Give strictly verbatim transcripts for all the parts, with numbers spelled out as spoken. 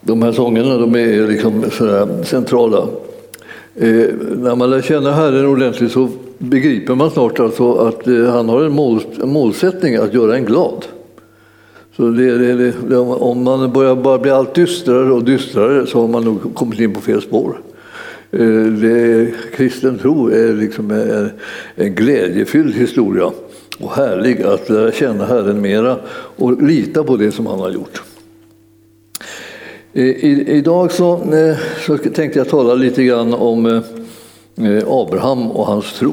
De här sångerna, de är liksom sådär centrala. Eh, när man lär känna Herren ordentligt så begriper man snart alltså att eh, han har en, mål, en målsättning att göra en glad. Så det, det, det, om man börjar bara bli allt dystrare och dystrare så har man nog kommit in på fel spår. Eh, det, kristen tro är liksom en, en glädjefylld historia och härlig att lära känna Herren mera och lita på det som han har gjort. I, idag så, så tänkte jag tala lite grann om Abraham och hans tro.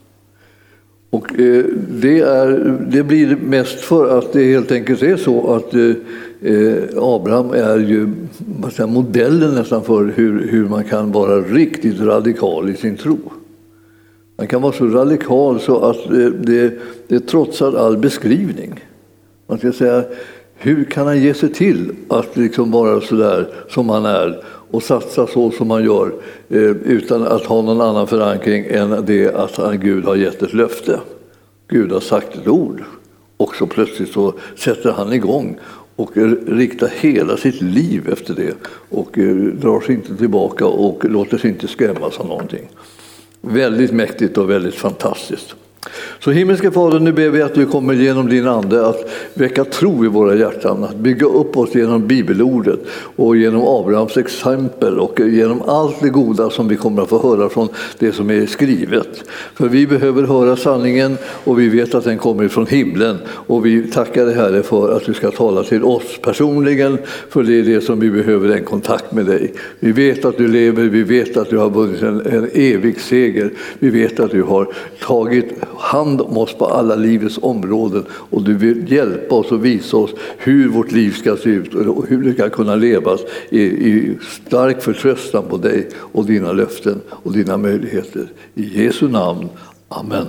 Och det, är, det blir mest för att det helt enkelt är så att Abraham är ju säga, modellen nästan för hur, hur man kan vara riktigt radikal i sin tro. Man kan vara så radikal så att det, det trotsar all beskrivning. Man ska säga, hur kan han ge sig till att liksom vara så där som han är och satsa så som han gör eh, utan att ha någon annan förankring än det att han, Gud har gett ett löfte. Gud har sagt ett ord och så plötsligt så sätter han igång och riktar hela sitt liv efter det och eh, drar sig inte tillbaka och låter sig inte skrämmas av någonting. Väldigt mäktigt och väldigt fantastiskt. Så himmelska Fader, nu ber vi att du kommer genom din ande att väcka tro i våra hjärtan, att bygga upp oss genom bibelordet och genom Abrahams exempel och genom allt det goda som vi kommer att få höra från det som är skrivet. För vi behöver höra sanningen och vi vet att den kommer från himlen och vi tackar dig Herre för att du ska tala till oss personligen, för det är det som vi behöver, en kontakt med dig. Vi vet att du lever, vi vet att du har vunnit en, en evig seger, vi vet att du har tagit hand om oss på alla livets områden och du vill hjälpa oss och visa oss hur vårt liv ska se ut och hur det ska kunna levas i, i stark förtröstan på dig och dina löften och dina möjligheter. I Jesu namn. Amen.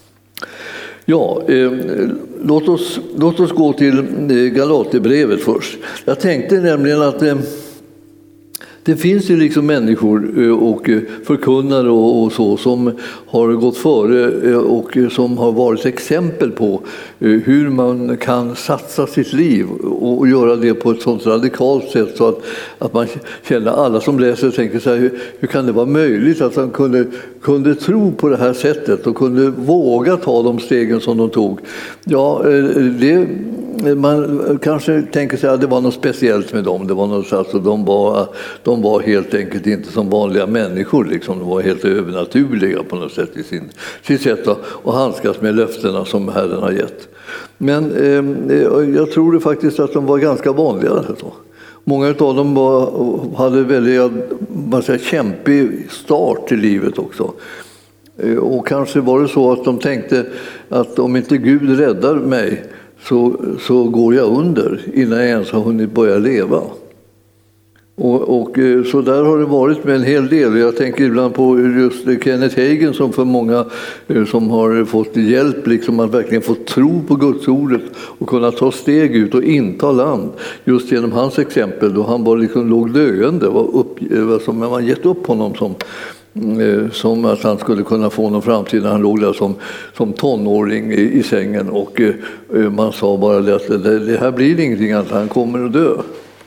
Ja, eh, låt oss, låt oss gå till Galaterbrevet först. Jag tänkte nämligen att eh, det finns ju liksom människor och förkunnare och så som har gått före och som har varit exempel på hur man kan satsa sitt liv och göra det på ett sådant radikalt sätt så att, att man känner, alla som läser tänker så här, hur, hur kan det vara möjligt att han kunde, kunde tro på det här sättet och kunde våga ta de stegen som de tog. Ja, det man kanske tänker sig att det var något speciellt med dem. Det var något, alltså, de, var, de var helt enkelt inte som vanliga människor. Liksom. De var helt övernaturliga på något sätt i sin, sitt sätt att handskas med löftena som Herren har gett. Men eh, jag tror det faktiskt att de var ganska vanliga. Alltså. Många av dem var, hade väldigt man säger, kämpig start i livet också. Och kanske var det så att de tänkte att om inte Gud räddar mig Så, så går jag under innan jag ens har hunnit börja leva. Och, och så där har det varit med en hel del. Jag tänker ibland på just Kenneth Hagin som för många som har fått hjälp liksom att verkligen få tro på Guds ordet och kunna ta steg ut och inta land. Just genom hans exempel då han bara liksom låg döende, var upp, som man gett upp honom som som att han skulle kunna få någon framtid när han låg där som, som tonåring i, i sängen och eh, man sa bara att det, det här blir ingenting, att han kommer att dö.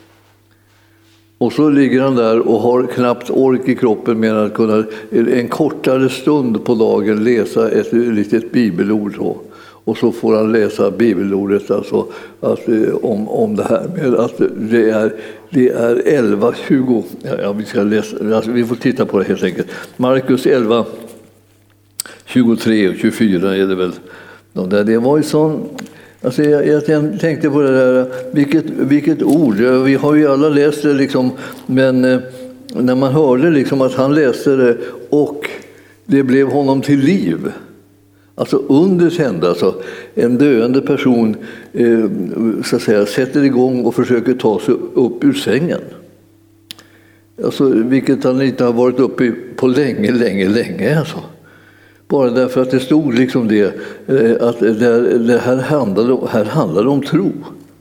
Och så ligger han där och har knappt ork i kroppen med att kunna en kortare stund på dagen läsa ett litet bibelord så. Och så får han läsa bibelordet alltså, att, om, om det här med att det är, det är elva tjugo. Ja, vi, ska läsa, alltså, vi får titta på det helt enkelt. Markus elva tjugotre och tjugofyra är det väl. Där det var ju sån... Alltså jag, jag tänkte på det där, vilket, vilket ord. Vi har ju alla läst det, liksom, men när man hörde liksom att han läste det och det blev honom till liv. Alltså under hände, alltså en döende person eh, så att säga, sätter igång och försöker ta sig upp ur sängen. Alltså, vilket han inte har varit uppe på länge, länge, länge. Alltså. Bara därför att det stod liksom det, eh, att det, det här handlade, här handlade om tro.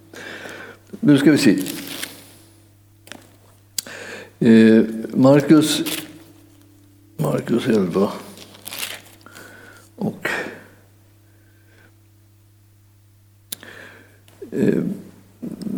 Nu ska vi se. Eh, Markus, Markus elva. Och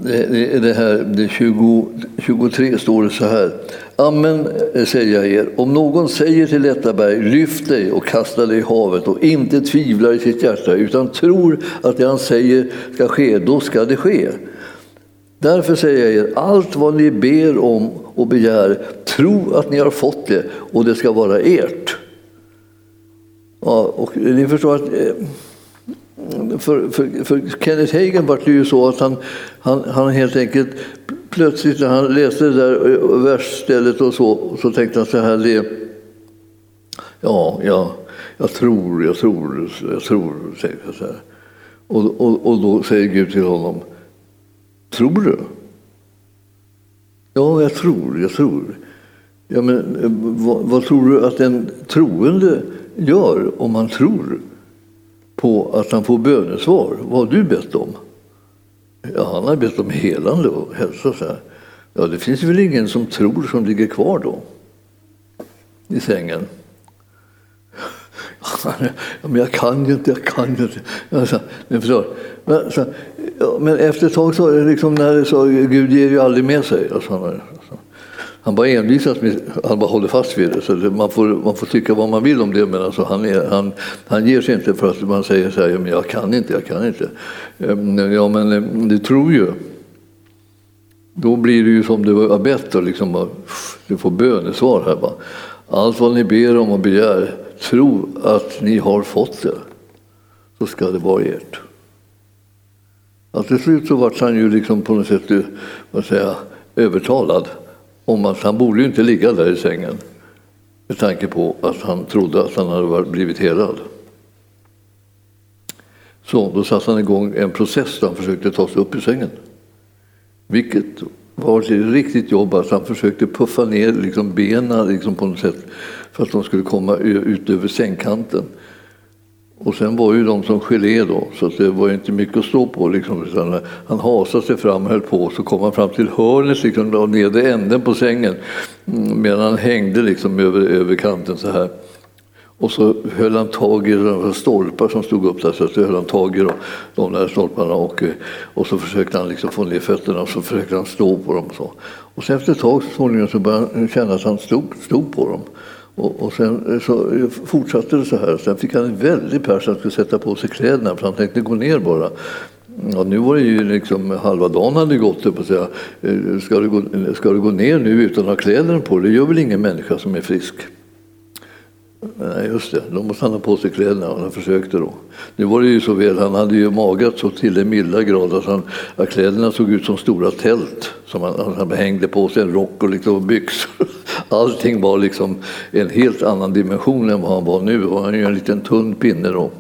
det, det här det tjugo, tjugotre står det så här: Amen säger jag er, om någon säger till detta berg, lyft dig och kasta dig i havet, och inte tvivlar i sitt hjärta utan tror att det han säger ska ske, då ska det ske. Därför säger jag er, allt vad ni ber om och begär, tro att ni har fått det, och det ska vara ert. Ja, och ni förstår att för, för, för Kenneth Hagin var det ju så att han, han, han helt enkelt plötsligt när han läste det där versstället och så, så tänkte han så här: det, ja, ja, jag tror, jag tror, jag tror, säger jag så här. Och, och, och då säger Gud till honom: tror du? Ja, jag tror, jag tror. Ja, men vad, vad tror du att en troende gör om man tror på att han får bönesvar? Vad har du bett om? Ja, han har bett om helande och hälsa. Så här. Ja, det finns väl ingen som tror som ligger kvar då i sängen. Ja, men jag kan ju inte, jag kan ju inte. Alltså, ni förstår. Men, så, ja, men efter ett tag så är det liksom när det så, Gud ger ju aldrig med sig. Alltså, han, alltså, han bara envisas med, han bara håller fast vid det. Så det, man, får, man får tycka vad man vill om det, men alltså, han, är, han, han ger sig inte för att man säger så här: ja, men jag kan inte, jag kan inte. Ja, men du tror ju. Då blir det ju som det var bett, och liksom, du får bönesvar här. Bara. Allt vad ni ber om och begär, tro att ni har fått det, så ska det vara ert. Att till slut så var han ju liksom på något sätt, vad säga, övertalad om att han borde ju inte ligga där i sängen, med tanke på att han trodde att han hade blivit helad. Så då satte han igång en process där han försökte ta sig upp i sängen. Vilket var ett riktigt jobb, att han försökte puffa ner liksom benen liksom på något sätt för att de skulle komma ut över sängkanten. Och sen var ju de som gelé då, så att det var inte mycket att stå på. Liksom. Han hasade sig fram och höll på, så kom han fram till hörnet liksom, och nere änden på sängen, medan han hängde liksom över, över kanten så här. Och så höll han tag i de stolpar som stod upp där, så höll han tag i de, de där stolparna, och, och så försökte han liksom få ner fötterna, och så försökte han stå på dem. Så. Och sen efter ett tag så, så började han känna att han stod, stod på dem. Och, och sen så fortsatte det så här. Sen fick han en väldig press att skulle sätta på sig kläderna, för han tänkte gå ner bara. Ja, nu var det ju liksom halva dagen hade gått upp och säga: ska du, gå, ska du gå ner nu utan att ha kläderna på? Det gör väl ingen människa som är frisk. Nej, just det. Då måste han ha på sig kläderna, och han försökte då. Nu var det ju så väl, han hade ju magat så till en milda grad att, han, att kläderna såg ut som stora tält som han, han hängde på sig en rock och liksom byxor. Allting var liksom en helt annan dimension än vad han var nu, och han är ju en liten tunn pinne då.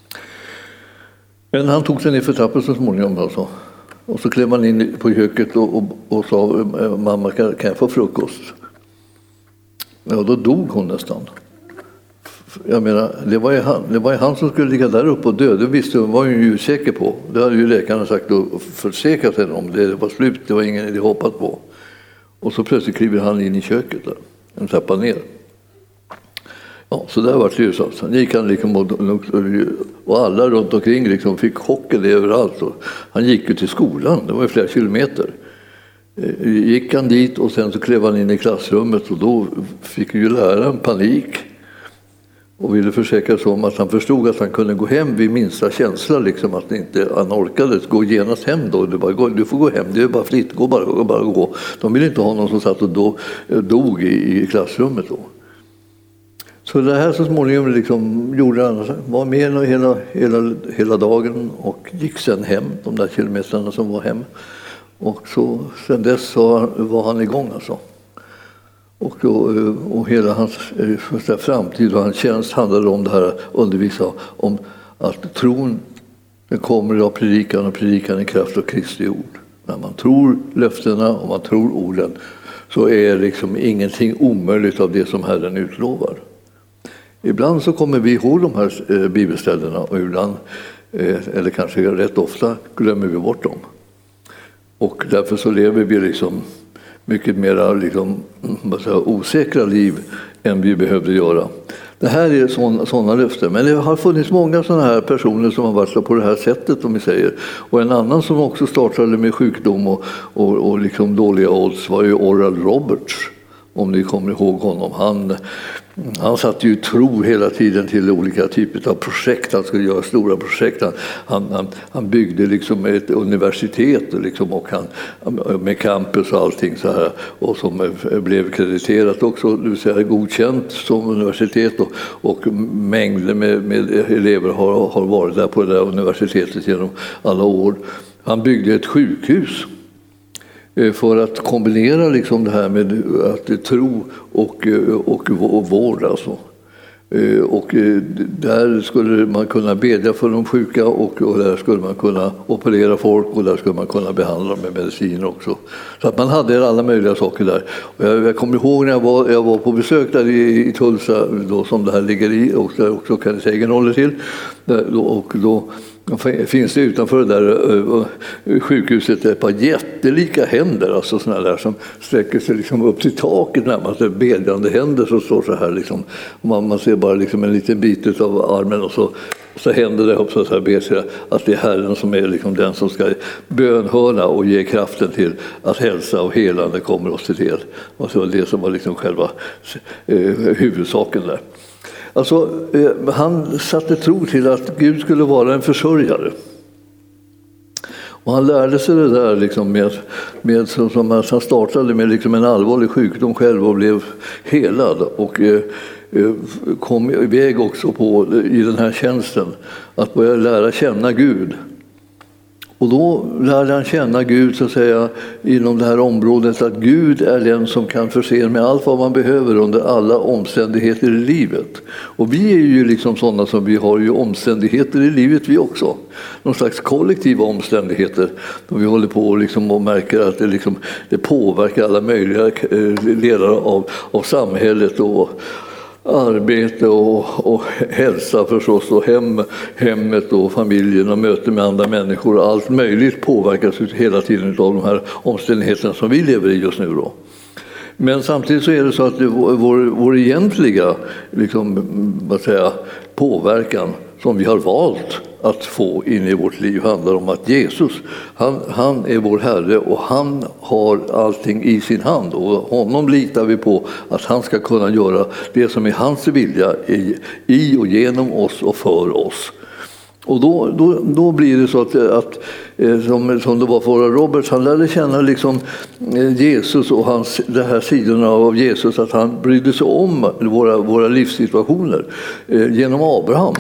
Men han tog sig ner för trappen så småningom alltså. Och så klev han in på köket och, och, och sa: mamma, kan, kan jag få frukost? Ja, då dog hon nästan. Jag menar, det var, ju han, det var ju han som skulle ligga där uppe och dö. Det visste hon, var ju säker på. Det hade ju läkarna sagt och försäkrat henne om. Det var slut, det var ingen idé hoppat på. Och så plötsligt kliver han in i köket där. Han tappar ner. Ja, så där var det ju så. Sen gick han liksom och, och alla runt omkring liksom fick chocken överallt. Och han gick ju till skolan, det var ju flera kilometer. Gick han dit och sen så klev han in i klassrummet, och då fick ju läraren panik. Och ville försäkra sig om att han förstod att han kunde gå hem vid minsta känsla, liksom att inte han orkade gå genast hem då. Du, bara, du får gå hem, det är bara flitt, gå bara, gå bara gå. De ville inte ha någon som satt och då, dog i, i klassrummet då. Så det här så småningom liksom gjorde han, var med hela, hela, hela dagen och gick sen hem, de där kilometrarna som var hem. Och så sen dess så var han igång alltså. Och, och, och hela hans här, framtid och hans tjänst handlade om det här, undervisa om att tron kommer av predikan, och predikan i kraft av Kristi ord. När man tror löftena och man tror orden, så är liksom ingenting omöjligt av det som Herren utlovar. Ibland så kommer vi ihåg de här eh, bibelställena, och ibland, eh, eller kanske rätt ofta, glömmer vi bort dem. Och därför så lever vi liksom mycket mer liksom, vad säger, osäkra liv än vi behövde göra. Det här är sådana löften. Men det har funnits många sådana här personer som har varit på det här sättet, om vi säger. Och en annan som också startade med sjukdom och, och, och liksom dåliga odds var ju Oral Roberts. Om ni kommer ihåg honom. Han, han satt ju tro hela tiden till olika typer av projekt. Han skulle göra stora projekt. Han, han, han byggde liksom ett universitet liksom, och han, med campus och allting så här. Och som blev krediterat också, det vill säga godkänt som universitet. Och, och mängder med, med elever har, har varit där på det där universitetet genom alla år. Han byggde ett sjukhus för att kombinera liksom det här med att tro och, och, och vård. Alltså. Och där skulle man kunna bedja för de sjuka och, och där skulle man kunna operera folk och där skulle man kunna behandla dem med mediciner också. Så att man hade alla möjliga saker där. Och jag, jag kommer ihåg när jag var, jag var på besök där i, i Tulsa då, som det här ligger i och där också Kenneth Hagin håller till. Där, och då finns det utanför det där sjukhuset ett par jättelika händer, alltså såna där som sträcker sig liksom upp till taket närmast, bedjande händer som står så här liksom. Man, man ser bara liksom en liten bit av armen och så, så händer det upp så här ber sig att det är Herren som är liksom den som ska bönhörna och ge kraften till att hälsa och helande kommer oss till del. Och så var det som var liksom själva eh, huvudsaken där. Alltså, eh, han satte tro till att Gud skulle vara en försörjare. Och han lärde sig det där liksom med, med, som att han startade med liksom en allvarlig sjukdom själv och blev helad. Och eh, kom iväg också på, i den här tjänsten att börja lära känna Gud. Och då lärde han känna Gud så att säga, inom det här området att Gud är den som kan förse med allt vad man behöver under alla omständigheter i livet. Och vi är ju liksom sådana som vi har ju omständigheter i livet vi också. Någon slags kollektiva omständigheter. Då vi håller på liksom och märker att det, liksom, det påverkar alla möjliga delar av, av samhället och arbete och, och hälsa förstås och hem, hemmet och familjen och möte med andra människor och allt möjligt påverkas hela tiden av de här omständigheterna som vi lever i just nu då. Men samtidigt så är det så att det, vår, vår egentliga liksom, vad säga, påverkan som vi har valt att få in i vårt liv handlar om att Jesus, han, han är vår Herre och han har allting i sin hand och honom litar vi på att han ska kunna göra det som är hans vilja i, i och genom oss och för oss. Och då, då, då blir det så att, att som, som det var för Roberts, han lärde känna liksom Jesus och hans, de här sidorna av Jesus, att han brydde sig om våra, våra livssituationer genom Abraham.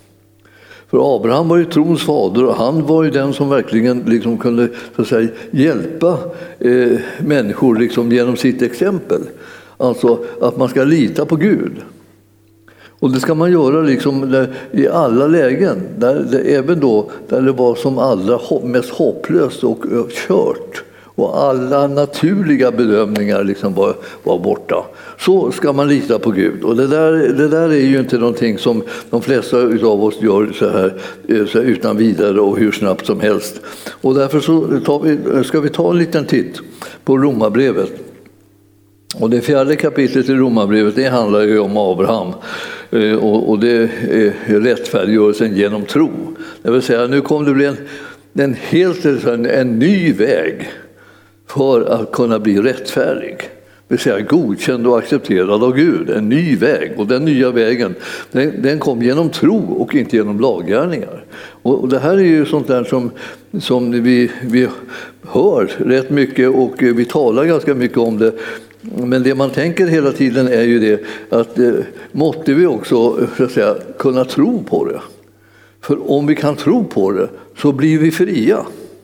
För Abraham var ju trons fader och han var ju den som verkligen liksom kunde så att säga, hjälpa eh, människor liksom genom sitt exempel. Alltså att man ska lita på Gud. Och det ska man göra liksom där, i alla lägen, där det, även då där det var som allra mest hopplöst och kört. Och alla naturliga bedömningar liksom var, var borta. Så ska man lita på Gud. Och det där, det där är ju inte någonting som de flesta av oss gör så här, så här utan vidare och hur snabbt som helst. Och därför så tar vi, ska vi ta en liten titt på Romarbrevet. Och det fjärde kapitlet i Romarbrevet, det handlar ju om Abraham. Och, och det är rättfärdiggörelsen genom tro. Det vill säga, nu kommer det bli en, en helt en, en ny väg för att kunna bli rättfärdig. Det vill säga godkänd och accepterad av Gud. En ny väg. Och den nya vägen, den, den kom genom tro och inte genom laggärningar. Och, och det här är ju sånt där som, som vi, vi hör rätt mycket och vi talar ganska mycket om det. Men det man tänker hela tiden är ju det att eh, måtte vi också så att säga, kunna tro på det. För om vi kan tro på det så blir vi fria.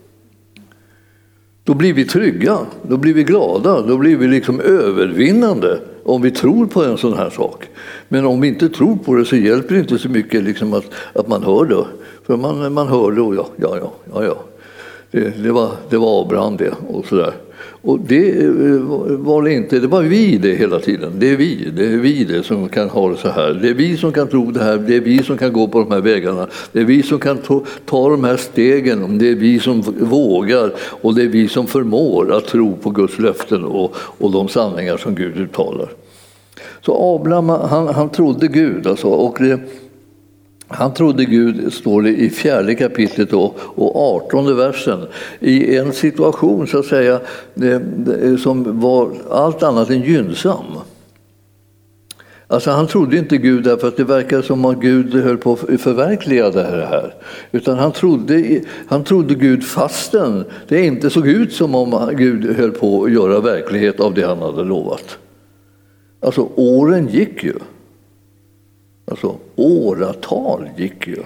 Då blir vi trygga, då blir vi glada, då blir vi liksom övervinnande om vi tror på en sån här sak. Men om vi inte tror på det så hjälper det inte så mycket liksom att, att man hör det. För man, man hör det och ja, ja, ja, ja. Det, det, var, det var Abraham det och sådär. Och det var det inte, det var vi det hela tiden. Det är vi, det är vi det som kan ha det så här. Det är vi som kan tro det här, det är vi som kan gå på de här vägarna. Det är vi som kan ta, ta de här stegen, det är vi som vågar och det är vi som förmår att tro på Guds löften och, och de sanningar som Gud uttalar. Så Abraham, han, han trodde Gud alltså, och det, han trodde Gud, står det i fjärde kapitlet då, och artonde versen, i en situation så att säga det, det, som var allt annat än gynnsam. Alltså han trodde inte Gud därför att det verkade som att Gud höll på att förverkliga det här. Utan han trodde, han trodde Gud fastän det inte såg ut som om Gud höll på att göra verklighet av det han hade lovat. Alltså åren gick ju. Alltså åratal gick ju.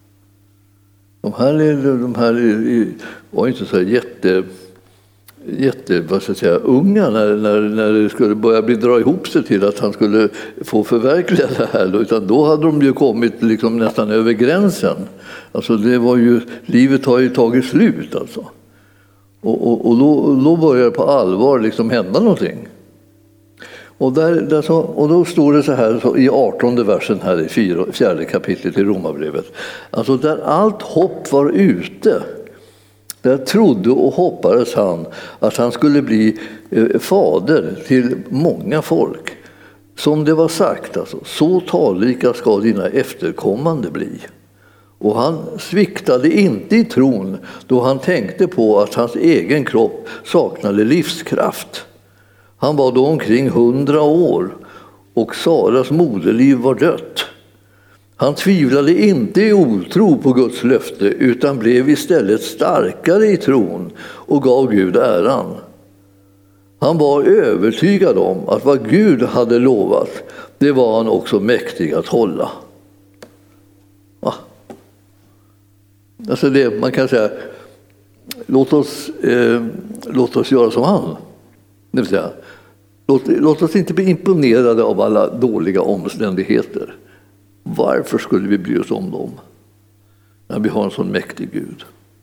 De här, de här var inte så jätte, jätte vad ska jag säga, unga när, när, när det skulle börja bli dra ihop sig till att han skulle få förverkliga det här. Utan då hade de ju kommit liksom nästan över gränsen. Alltså det var ju, livet har ju tagit slut alltså. Och, och, och då, då började på allvar liksom hända någonting. Och, där, där så, och då står det så här så i artonde versen här i fyra, fjärde kapitlet i Romarbrevet. Alltså där allt hopp var ute, där trodde och hoppades han att han skulle bli eh, fader till många folk. Som det var sagt, alltså, så talrika ska dina efterkommande bli. Och han sviktade inte i tron då han tänkte på att hans egen kropp saknade livskraft. Han var då omkring hundra år och Saras moderliv var dött. Han tvivlade inte i otro på Guds löfte utan blev istället starkare i tron och gav Gud äran. Han var övertygad om att vad Gud hade lovat, det var han också mäktig att hålla. Va? Alltså det, man kan säga, låt oss, eh, låt oss göra som han. Det vill säga, låt, låt oss inte bli imponerade av alla dåliga omständigheter. Varför skulle vi bry oss om dem när vi har en sån mäktig Gud?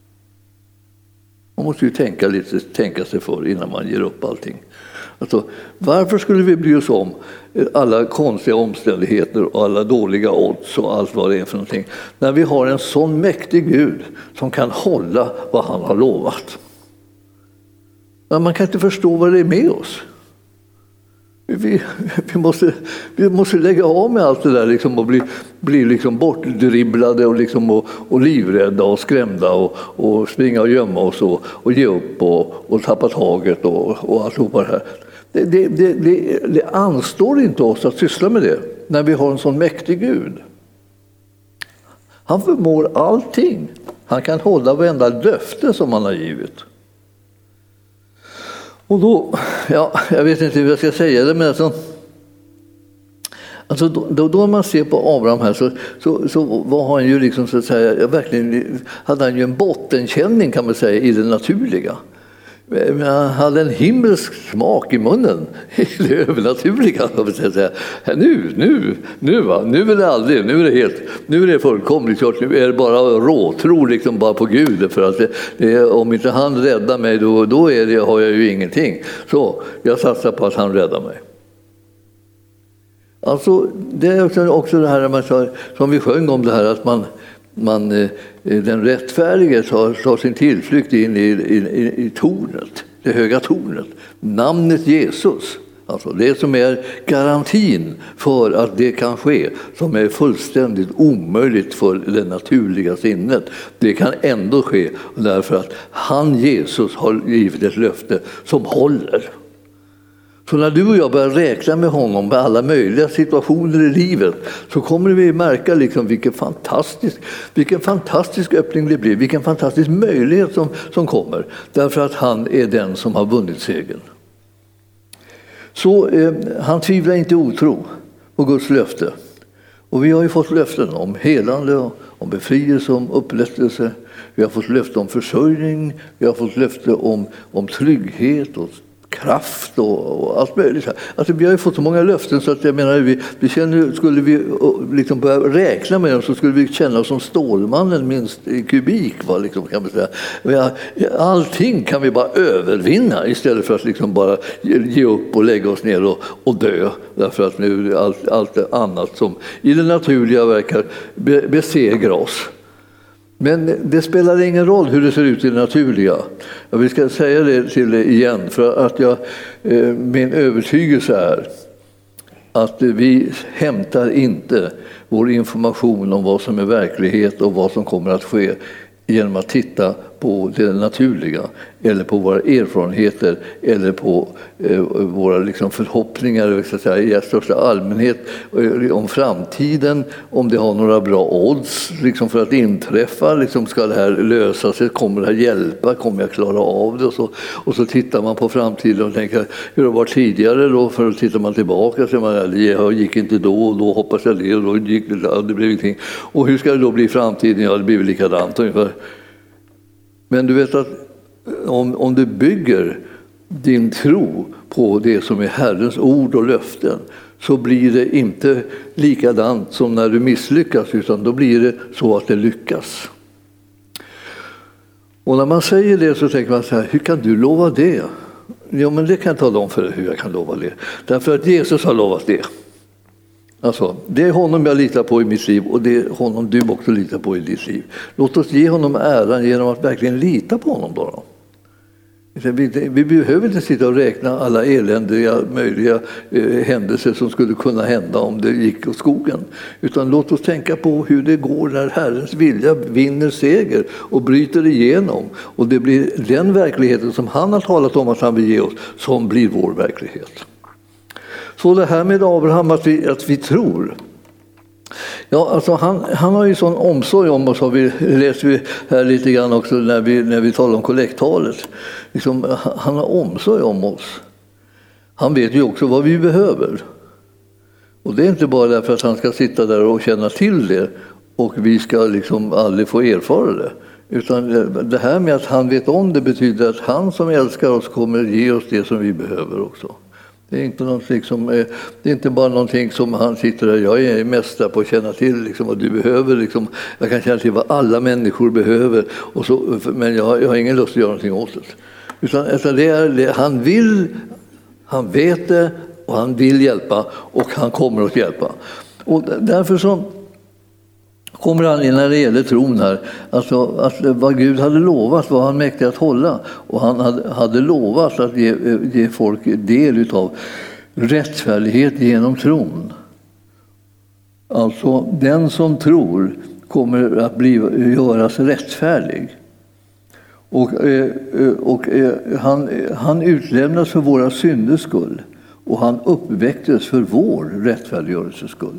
Man måste ju tänka lite, tänka sig för innan man ger upp allting. Alltså, varför skulle vi bry oss om alla konstiga omständigheter och alla dåliga odds och allt vad det är för någonting, när vi har en sån mäktig Gud som kan hålla vad han har lovat? Men man kan inte förstå vad det är med oss. Vi, vi, måste, vi måste lägga av med allt det där liksom och bli, bli liksom bortdribblade och, liksom och, och livrädda och skrämda och, och springa och gömma oss och, och ge upp och, och tappa taget och, och alltihopa det här. Det, det, det, det, det anstår inte oss att syssla med det när vi har en sån mäktig Gud. Han förmår allting. Han kan hålla varenda löfte som han har givit. Och då, ja, jag vet inte hur jag ska säga det, men alltså, alltså då, då man ser på Abraham här så, så, så var han ju liksom så att säga, verkligen hade han ju en bottenkänning kan man säga i det naturliga. Men han hade en himmelsk smak i munnen i det övernaturliga. Säga. Nu, nu, nu, va? Nu är det aldrig, nu är det helt, nu är det fullkomligt klart, nu är det bara råtro liksom bara på Gud. För att det, det, om inte han räddar mig då, då är det, har jag ju ingenting. Så jag satsar på att han räddar mig. Alltså det är också det här man sa, som vi sjöng om det här att man Man, den rättfärdige tar, tar sin tillflykt in i, i, i tornet, det höga tornet. Namnet Jesus, alltså det som är garantin för att det kan ske, som är fullständigt omöjligt för det naturliga sinnet. Det kan ändå ske därför att han, Jesus, har givit ett löfte som håller. Så när du och jag börjar räkna med honom med alla möjliga situationer i livet så kommer vi märka liksom vilken, fantastisk, vilken fantastisk öppning det blir, vilken fantastisk möjlighet som, som kommer. Därför att han är den som har vunnit segern. Så eh, han tvivlar inte otro på Guds löfte. Och vi har ju fått löften om helande, om befrielse, om upprättelse. Vi har fått löfte om försörjning, vi har fått löfte om, om trygghet och kraft och, och allt möjligt. Alltså, vi har ju fått så många löften så att jag menar, vi, vi känner, skulle vi liksom börja räkna med dem så skulle vi känna oss som Stålmannen minst i kubik. Va, liksom, kan man säga. Men allting kan vi bara övervinna istället för att liksom bara ge upp och lägga oss ner och, och dö. Därför att nu allt, allt annat som i det naturliga verkar be, besegra oss. Men det spelar ingen roll hur det ser ut i det naturliga. Jag ska säga det till er igen, för att jag, min övertygelse är att vi hämtar inte vår information om vad som är verklighet och vad som kommer att ske genom att titta på det naturliga eller på våra erfarenheter eller på eh, våra liksom, förhoppningar så att säga, i största allmänhet eh, om framtiden, om det har några bra odds liksom, för att inträffa, liksom, ska det här lösa sig, kommer det här hjälpa, kommer jag klara av det och så, och så tittar man på framtiden och tänker hur det var tidigare då, för att tittar man tillbaka så man, det gick inte då och då hoppas jag det och då gick det, det blev ingenting, och hur ska det då bli i framtiden? Ja, det blir väl likadant ungefär. Men du vet att om, om du bygger din tro på det som är Herrens ord och löften, så blir det inte likadant som när du misslyckas, utan då blir det så att det lyckas. Och när man säger det så tänker man så här, hur kan du lova det? Ja, men det kan jag tala om för dig hur jag kan lova det. Därför att Jesus har lovat det. Alltså, det är honom jag litar på i mitt liv och det är honom du också litar på i ditt liv. Låt oss ge honom äran genom att verkligen lita på honom bara. Vi, vi behöver inte sitta och räkna alla eländiga möjliga eh, händelser som skulle kunna hända om det gick åt skogen. Utan låt oss tänka på hur det går när Herrens vilja vinner seger och bryter igenom. Och det blir den verkligheten som han har talat om att han vill ge oss som blir vår verklighet. Så det här med Abraham, att vi, att vi tror. Ja, alltså han, han har ju sån omsorg om oss, har vi läser vi här lite grann också när vi, när vi talar om kollekttalet. Liksom, han har omsorg om oss. Han vet ju också vad vi behöver. Och det är inte bara därför att han ska sitta där och känna till det och vi ska liksom aldrig få erfara det. Utan det här med att han vet om det betyder att han som älskar oss kommer ge oss det som vi behöver också. Det är inte någonting som, det är inte bara någonting som han sitter där, jag är mästare på att känna till liksom, vad du behöver. Liksom, jag kan känna till vad alla människor behöver, och så, men jag har, jag har ingen lust att göra någonting åt det. Utan alltså, det är, det, han vill, han vet det och han vill hjälpa och han kommer att hjälpa. Och därför så kommer han in när det gäller tron här, alltså att vad Gud hade lovat var han mäktig att hålla, och han hade, hade lovat att ge, ge folk del av rättfärdighet genom tron. Alltså den som tror kommer att bli, göras rättfärdig. Och, och han, han utlämnas för våra synders skull och han uppväcktes för vår rättfärdiggörelses skull.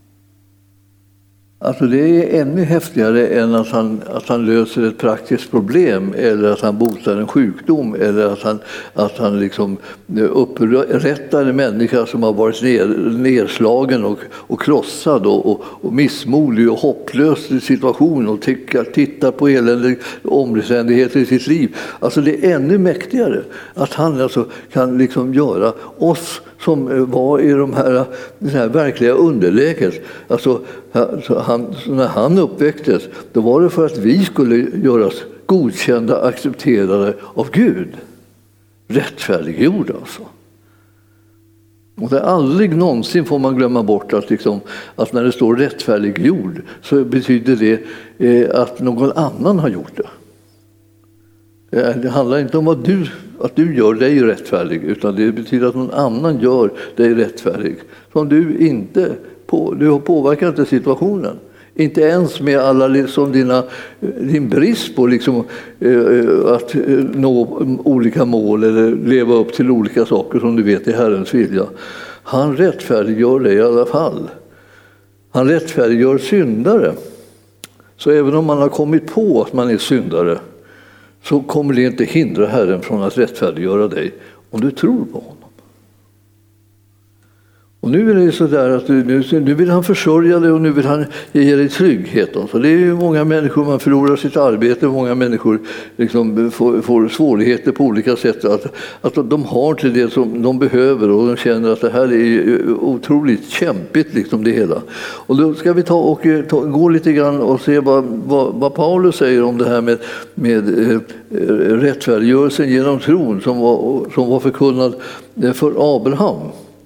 Alltså det är ännu häftigare än att han, att han löser ett praktiskt problem eller att han botar en sjukdom eller att han, att han liksom upprättar en människa som har varit ner, nedslagen och, och krossad och, och, och missmodig och hopplös i situation och tittar, tittar på eländiga omständigheter i sitt liv. Alltså det är ännu mäktigare att han alltså kan liksom göra oss som var i de här, det här verkliga underläget. Alltså, han, när han uppväcktes, då var det för att vi skulle göras godkända, accepterade av Gud. Rättfärdiggjorda alltså. Och det är aldrig någonsin får man glömma bort att, liksom, att när det står rättfärdiggjord så betyder det eh, att någon annan har gjort det. Det handlar inte om att du, att du gör dig rättfärdig, utan det betyder att någon annan gör dig rättfärdig. Som du inte på, du påverkar inte situationen. Inte ens med alla som dina, din brist på liksom, att nå olika mål eller leva upp till olika saker som du vet är Herrens vilja. Han rättfärdiggör dig i alla fall. Han rättfärdiggör syndare. Så även om man har kommit på att man är syndare, så kommer det inte hindra Herren från att rättfärdiggöra dig om du tror på honom. Och nu är det så där att nu, nu vill han försörja dig och nu vill han ge dig trygghet. Så det är ju många människor, man förlorar sitt arbete, många människor liksom får, får svårigheter på olika sätt. Att, att de har till det som de behöver och de känner att det här är otroligt kämpigt liksom det hela. Och då ska vi ta och ta, gå lite grann och se vad, vad, vad Paulus säger om det här med, med eh, rättfärdiggörelsen genom tron som var, som var förkunnad för Abraham.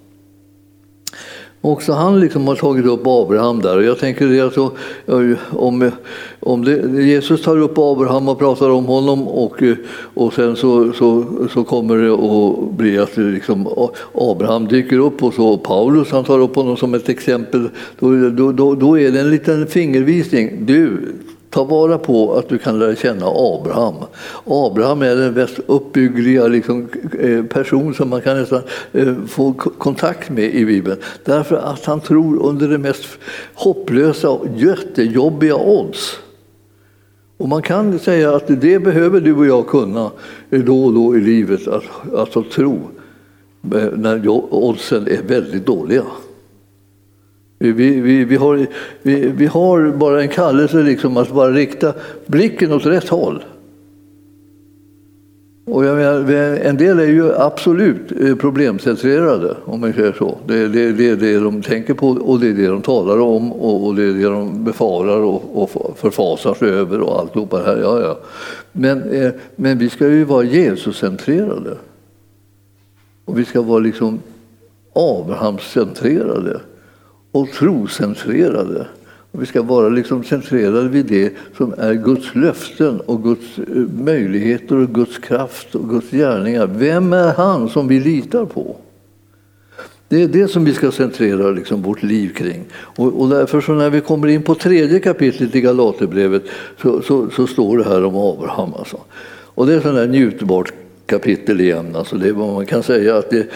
Också han liksom har tagit upp Abraham där. Och jag tänker det alltså, om, om det, Jesus tar upp Abraham och pratar om honom och, och sen så, så, så kommer det att bli att liksom Abraham dyker upp och så Paulus han tar upp honom som ett exempel. Då, då, då, då är det en liten fingervisning. Du, ta vara på att du kan lära känna Abraham. Abraham är den mest uppbyggliga liksom, person som man kan nästan få kontakt med i Bibeln. Därför att han tror under det mest hopplösa och jättejobbiga odds. Och man kan säga att det behöver du och jag kunna då och då i livet. Att, alltså tro när oddsen är väldigt dåliga. Vi, vi, vi, har, vi, vi har bara en kallelse liksom att bara rikta blicken åt rätt håll. Och jag menar, en del är ju absolut problemcentrerade, om man säger så. Det är det, det, det de tänker på och det är det de talar om och det är det de befarar och, och förfasar sig över och alltihopa det här. Ja, ja. Men, men vi ska ju vara Jesuscentrerade. Och vi ska vara liksom Abrahamscentrerade. Och trocentrerade. Och vi ska vara liksom centrerade vid det som är Guds löften och Guds möjligheter och Guds kraft och Guds gärningar. Vem är han som vi litar på? Det är det som vi ska centrera liksom vårt liv kring. Och, och därför så när vi kommer in på tredje kapitlet i Galaterbrevet så, så, så står det här om Abraham. Alltså. Och det är sån där njutbart kapitel igen. Alltså det är vad man kan säga att det,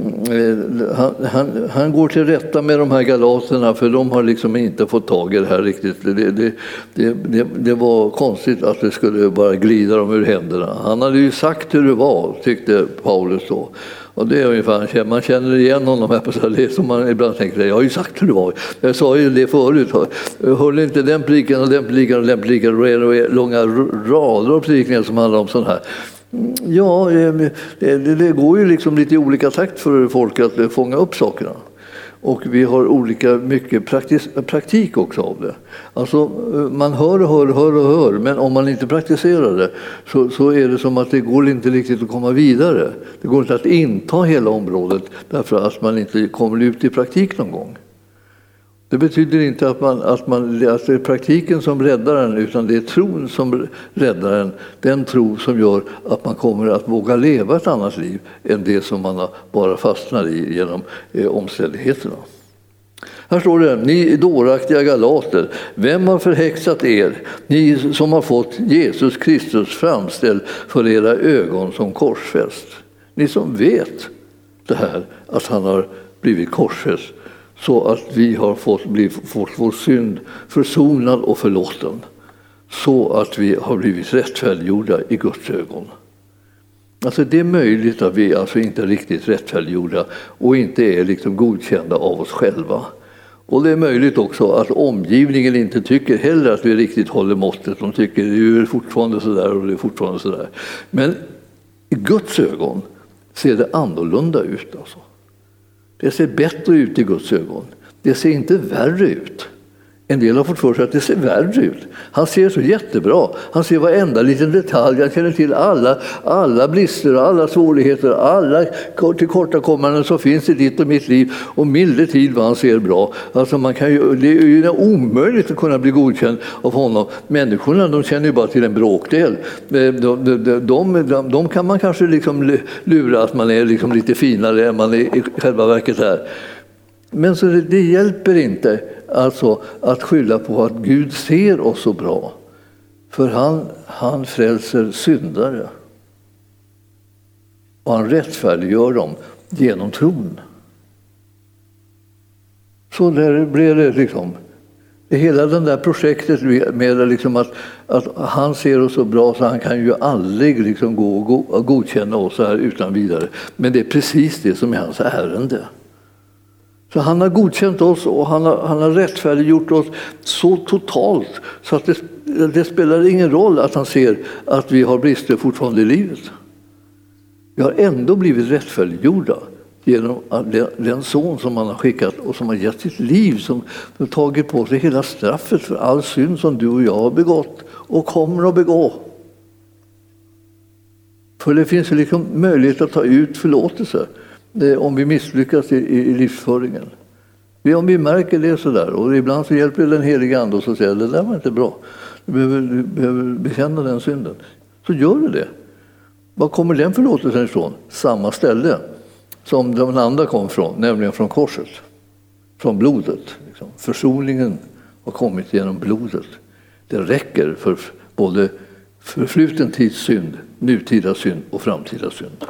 han, han, han går till rätta med de här galaterna för de har liksom inte fått tag i det här riktigt. Det, det, det, det, det var konstigt att det skulle bara glida dem ur händerna. Han hade ju sagt hur det var, tyckte Paulus då. Och det är ungefär, man känner igen honom här på så här, som man ibland tänker, jag har ju sagt hur det var. Jag sa ju det förut. Jag hörde inte den pliken och den pliken och den pliken och långa rader av plikningar som handlar om sån här. Ja, det, det går ju liksom lite i olika takt för folk att fånga upp sakerna. Och vi har olika mycket praktis, praktik också av det. Alltså man hör och hör och hör och hör, men om man inte praktiserar det så, så är det som att det går inte riktigt att komma vidare. Det går inte att inta hela området därför att man inte kommer ut i praktik någon gång. Det betyder inte att, man, att, man, att det är praktiken som räddar en, utan det är tron som räddar en. Den tro som gör att man kommer att våga leva ett annat liv än det som man bara fastnar i genom eh, omständigheterna. Här står det, ni dåraktiga galater, vem har förhäxat er? Ni som har fått Jesus Kristus framställd för era ögon som korsfäst. Ni som vet det här, att han har blivit korsfäst. Så att vi har fått, blivit, fått vår synd försonad och förlåten. Så att vi har blivit rättfärdiggjorda i Guds ögon. Alltså det är möjligt att vi alltså inte är riktigt rättfärdiggjorda och inte är liksom godkända av oss själva. Och det är möjligt också att omgivningen inte tycker heller att vi riktigt håller måttet. De tycker att det är fortfarande sådär och det är fortfarande sådär. Men i Guds ögon ser det annorlunda ut alltså. Det ser bättre ut i Guds ögon. Det ser inte värre ut. En del har fått för sig att det ser värre ut. Han ser så jättebra. Han ser varenda liten detalj. Han känner till alla, alla brister, alla svårigheter, alla tillkortakommanden som finns i ditt och mitt liv. Och milde tid vad han ser bra. Alltså man kan ju, det är ju omöjligt att kunna bli godkänd av honom. Människorna, de känner ju bara till en bråkdel. De, de, de, de, de kan man kanske liksom lura att man är liksom lite finare än man är i själva verket är. Men så det, det hjälper inte alltså att skylla på att Gud ser oss så bra. För han, han frälser syndare. Och han rättfärdiggör dem genom tron. Så där blev det liksom. Hela det där projektet med liksom att, att han ser oss så bra så han kan ju aldrig liksom gå och godkänna oss här utan vidare. Men det är precis det som är hans ärende. Så han har godkänt oss och han har, han har rättfärdiggjort oss så totalt så att det, det spelar ingen roll att han ser att vi har brister fortfarande i livet. Vi har ändå blivit rättfärdiggjorda genom den son som han har skickat och som har gett sitt liv, som har tagit på sig hela straffet för all synd som du och jag har begått och kommer att begå. För det finns liksom möjlighet att ta ut förlåtelse om vi misslyckas i, i livsföringen. Om vi märker det sådär, och ibland så hjälper den heliga ande och så säger det där var inte bra. Du behöver, du behöver bekänna den synden. Så gör du det. Var kommer den förlåtelsen ifrån? Samma ställe som den andra kom från, nämligen från korset. Från blodet. Liksom. Försoningen har kommit genom blodet. Det räcker för både förfluten tids synd, nutida synd och framtida synd.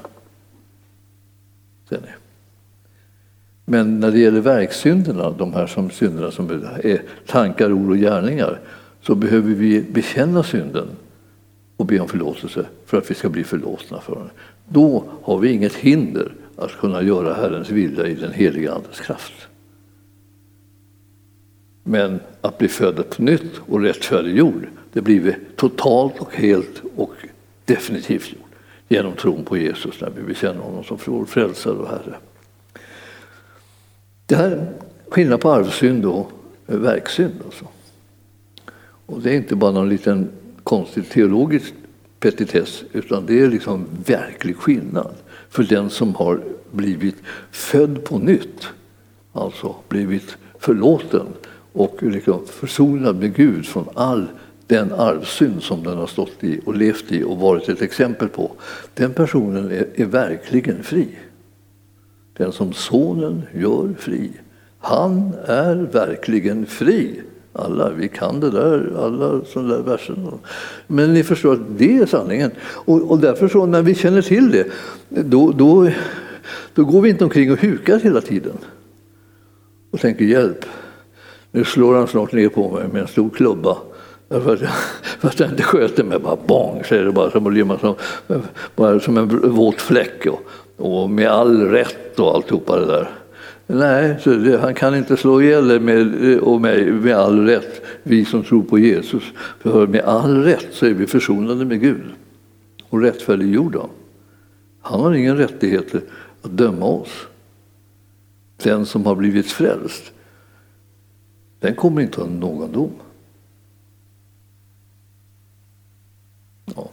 Men när det gäller verksynderna, de här som synderna som är tankar, ord och gärningar, så behöver vi bekänna synden och be om förlåtelse för att vi ska bli förlåtna för den. Då har vi inget hinder att kunna göra Herrens vilja i den heliga Andes kraft. Men att bli född på nytt och rättfärdiggjord, det blir vi totalt och helt och definitivt gjort genom tron på Jesus när vi bekänner honom som vår frälsare och Herre. Det här är skillnad på arvsynd och verksynd. Alltså. Och det är inte bara någon liten konstig teologisk petitess, utan det är liksom verklig skillnad för den som har blivit född på nytt, alltså blivit förlåten och liksom försonad med Gud från all den arvsynd som den har stått i och levt i och varit ett exempel på. Den personen är, är verkligen fri. Den som sonen gör fri. Han är verkligen fri. Alla, vi kan det där, alla sådana där verser. Men ni förstår att det är sanningen. Och, och därför så när vi känner till det, då, då, då går vi inte omkring och hukar hela tiden. Och tänker hjälp. Nu slår han snart ner på mig med en stor klubba. För att, jag, för att jag inte sköter mig, bara bang, säger det bara som, som, bara som en våt fläck. Och, och med all rätt och alltihopa det där. Nej, så det, han kan inte slå ihjäl med, och mig med all rätt, vi som tror på Jesus. För med all rätt så är vi försonade med Gud och rättfärdiggjorda. Han har ingen rättighet att döma oss. Den som har blivit frälst, den kommer inte ha någon dom. Ja.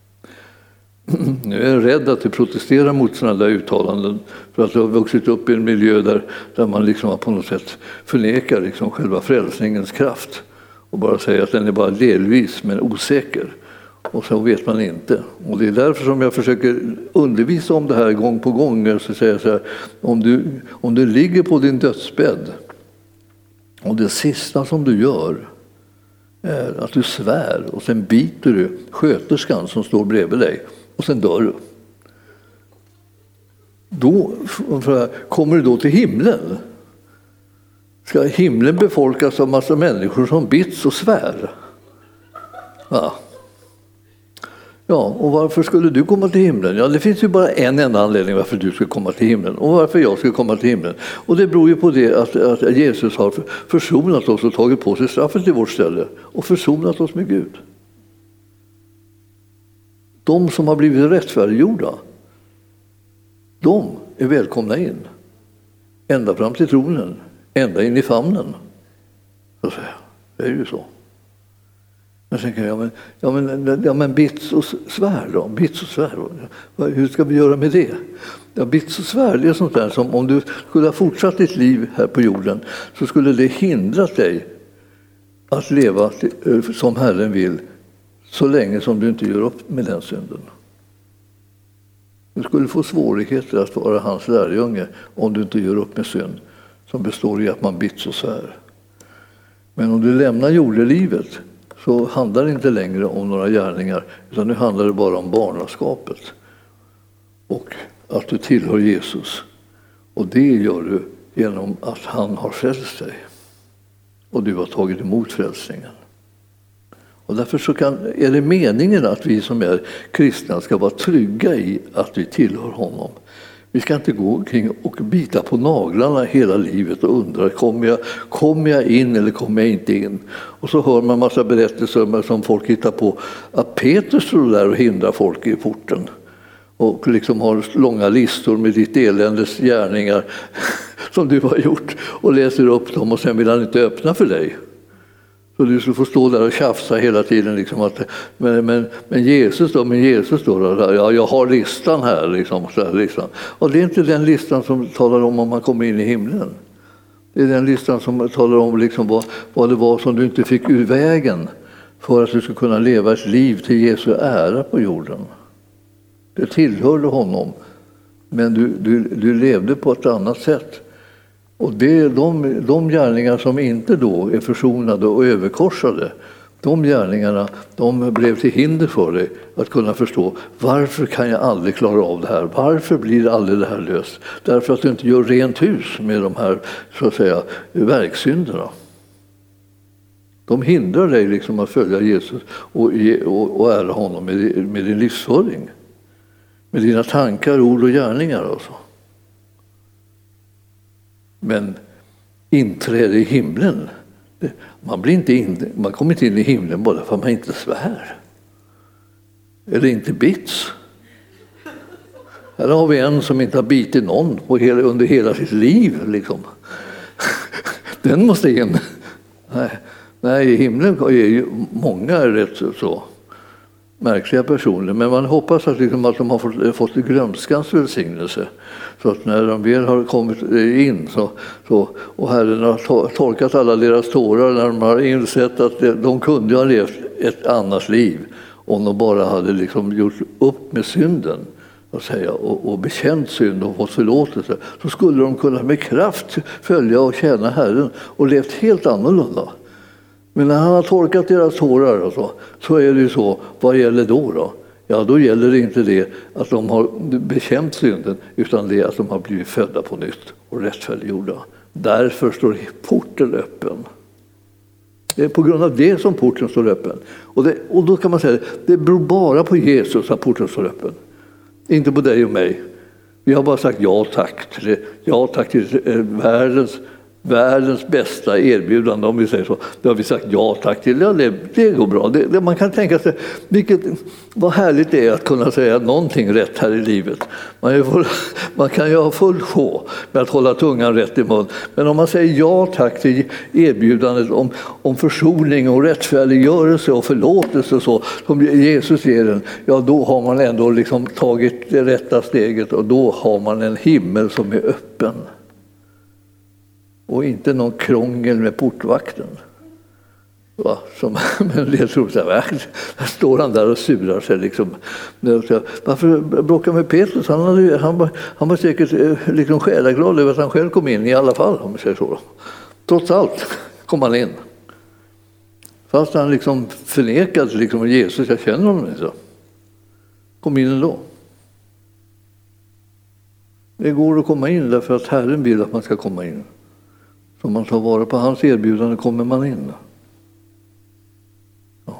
Nu är jag rädd att du protesterar mot sådana där uttalanden för att du har vuxit upp i en miljö där, där man liksom på något sätt förnekar liksom själva frälsningens kraft och bara säger att den är bara delvis men osäker. Och så vet man inte. Och det är därför som jag försöker undervisa om det här gång på gång. Så säger jag så här, om du, om du ligger på din dödsbädd och det sista som du gör är att du svär och sen biter du sköterskan som står bredvid dig och sen dör du. Då kommer du då till himlen. Ska himlen befolkas av massa människor som bits och svär? Ja. Ja, och varför skulle du komma till himlen? Ja, det finns ju bara en enda anledning varför du ska komma till himlen och varför jag ska komma till himlen. Och det beror ju på det att, att Jesus har försonat oss och tagit på sig straffet i vårt ställe och försonat oss med Gud. De som har blivit rättfärdiggjorda, de är välkomna in. Ända fram till tronen, ända in i famnen. Så att säga. Det är ju så. Jag tänker, ja men, ja men, ja, men bits och svär då, bits och svär då. Hur ska vi göra med det? Ja, bits och svär, det är sånt där som om du skulle ha fortsatt ditt liv här på jorden så skulle det hindra dig att leva som Herren vill så länge som du inte gör upp med den synden. Du skulle få svårigheter att vara hans lärjunge om du inte gör upp med synd som består i att man bits och svär. Men om du lämnar jordelivet så handlar det inte längre om några gärningar utan nu handlar det bara om barnaskapet och att du tillhör Jesus. Och det gör du genom att han har frälst dig och du har tagit emot frälsningen. Och därför så kan, är det meningen att vi som är kristna ska vara trygga i att vi tillhör honom. Vi ska inte gå omkring och bita på naglarna hela livet och undra, kommer jag, kommer jag in eller kommer jag inte in? Och så hör man massa berättelser som folk hittar på att Petrus står där och hindrar folk i porten. Och liksom har långa listor med ditt eländes gärningar som du har gjort och läser upp dem och sen vill han inte öppna för dig. Så du skulle få stå där och tjafsa hela tiden. Liksom att, men, men, men Jesus då, men Jesus då, ja, jag har listan här. Liksom, så här listan. Och det är inte den listan som talar om om man kommer in i himlen. Det är den listan som talar om liksom vad, vad det var som du inte fick ur vägen för att du skulle kunna leva ett liv till Jesu ära på jorden. Det tillhörde honom, men du, du, du levde på ett annat sätt. Och det är de, de gärningar som inte då är försonade och överkorsade, de gärningarna de blev till hinder för dig att kunna förstå varför kan jag aldrig klara av det här? Varför blir aldrig det här löst? Därför att du inte gör rent hus med de här så att säga, verksynderna. De hindrar dig liksom att följa Jesus och, och, och ära honom med, med din livsföring. Med dina tankar, ord och gärningar. Alltså. Men inträde i himlen, man, blir inte in, man kommer inte in i himlen bara för att man inte svär. Eller inte bits. Här har vi en som inte har bitit någon på hela, under hela sitt liv. Liksom. Den måste in. Nej, nej, i himlen är ju många rätt så märkliga personer, men man hoppas att, liksom, att de har fått, fått glömskans välsignelse. Så att när de väl har kommit in så, så, och Herren har torkat alla deras tårar när de har insett att de kunde ha levt ett annat liv om de bara hade liksom gjort upp med synden att säga, och, och bekänt synd och fått förlåtelse, så skulle de kunna med kraft följa och tjäna Herren och levt helt annorlunda. Men när han har torkat deras tårar och så, så är det ju så, vad gäller då då? Ja, då gäller det inte det att de har bekänt synden, utan det att de har blivit födda på nytt och rättfärdiggjorda. Därför står porten öppen. Det är på grund av det som porten står öppen. Och, det, och då kan man säga, det beror bara på Jesus att porten står öppen. Inte på dig och mig. Vi har bara sagt ja tack till det. Ja tack till världens Världens bästa erbjudande, om vi säger så. Det har vi sagt ja tack till. Ja, det, det går bra. Det, det, man kan tänka sig vilket, vad härligt det är att kunna säga någonting rätt här i livet. Man, full, man kan ju ha full sjå med att hålla tungan rätt i mun. Men om man säger ja tack till erbjudandet om, om försoning och rättfärdiggörelse och förlåtelse och så, som Jesus ger den, ja då har man ändå liksom tagit det rätta steget och då har man en himmel som är öppen. Och inte någon krångel med portvakten. Va? Som, men det tror jag, där står han där och surar sig. Liksom. Varför bråka med Petrus? Han, hade, han, var, han var säkert liksom själaglad över att han själv kom in i alla fall. Om man säger så. Trots allt kom han in. Fast han liksom förnekade liksom, Jesus, jag känner honom inte. Kom in ändå. Det går att komma in därför att Herren vill att man ska komma in. Om man tar vara på hans erbjudande kommer man in. Ja.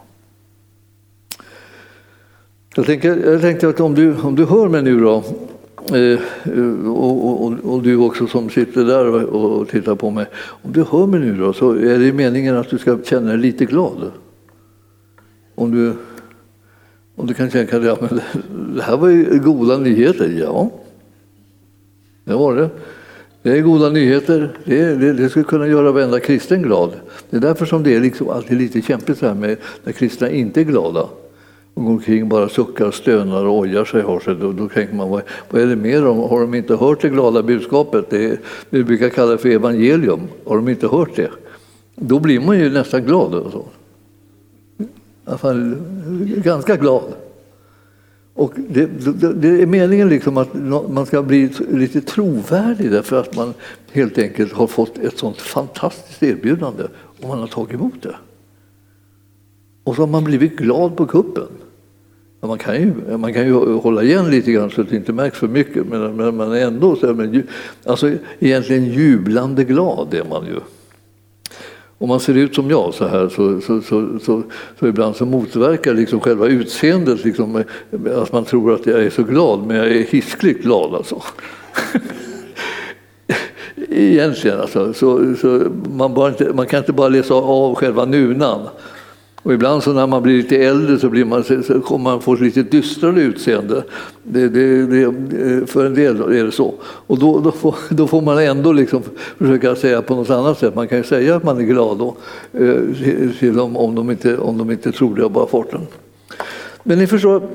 Jag, tänker, jag tänkte att om du, om du hör mig nu då, eh, och, och, och du också som sitter där och, och tittar på mig, om du hör mig nu då, så är det meningen att du ska känna dig lite glad. Om du, om du kan tänka dig, ja, men det här var ju goda nyheter, ja. Det var det. Det är goda nyheter. Det, det, det skulle kunna göra varenda kristen glad. Det är därför som det är liksom alltid lite kämpigt så här med när kristna inte är glada. Och går omkring bara suckar, stönar och ojar sig. Har sig. Då, då tänker man, vad, vad är det med dem? Har de inte hört det glada budskapet? Det, det vi brukar kalla för evangelium. Har de inte hört det? Då blir man ju nästan glad. Och så. I alla fall ganska glad. Och det, det, det är meningen liksom att man ska bli lite trovärdig därför att man helt enkelt har fått ett sånt fantastiskt erbjudande och man har tagit emot det. Och så har man blivit glad på kuppen. Man kan ju, man kan ju hålla igen lite grann så att det inte märks för mycket, men, men man är ändå så här, men, alltså, egentligen jublande glad är man ju. Om man ser ut som jag så här så, så, så, så, så ibland så motverkar liksom själva utseendet liksom, att man tror att jag är så glad, men jag är hiskligt glad alltså. Egentligen alltså, så, så man, bara inte, man kan inte bara läsa av själva nunan. Och ibland så när man blir lite äldre så, blir man, så kommer man få ett lite dystrare utseende. Det, det, det, för en del är det så. Och då, då, får, då får man ändå liksom försöka säga på något annat sätt. Man kan ju säga att man är glad då, till dem, om, de inte, om de inte tror det av bara farten. Men ni förstår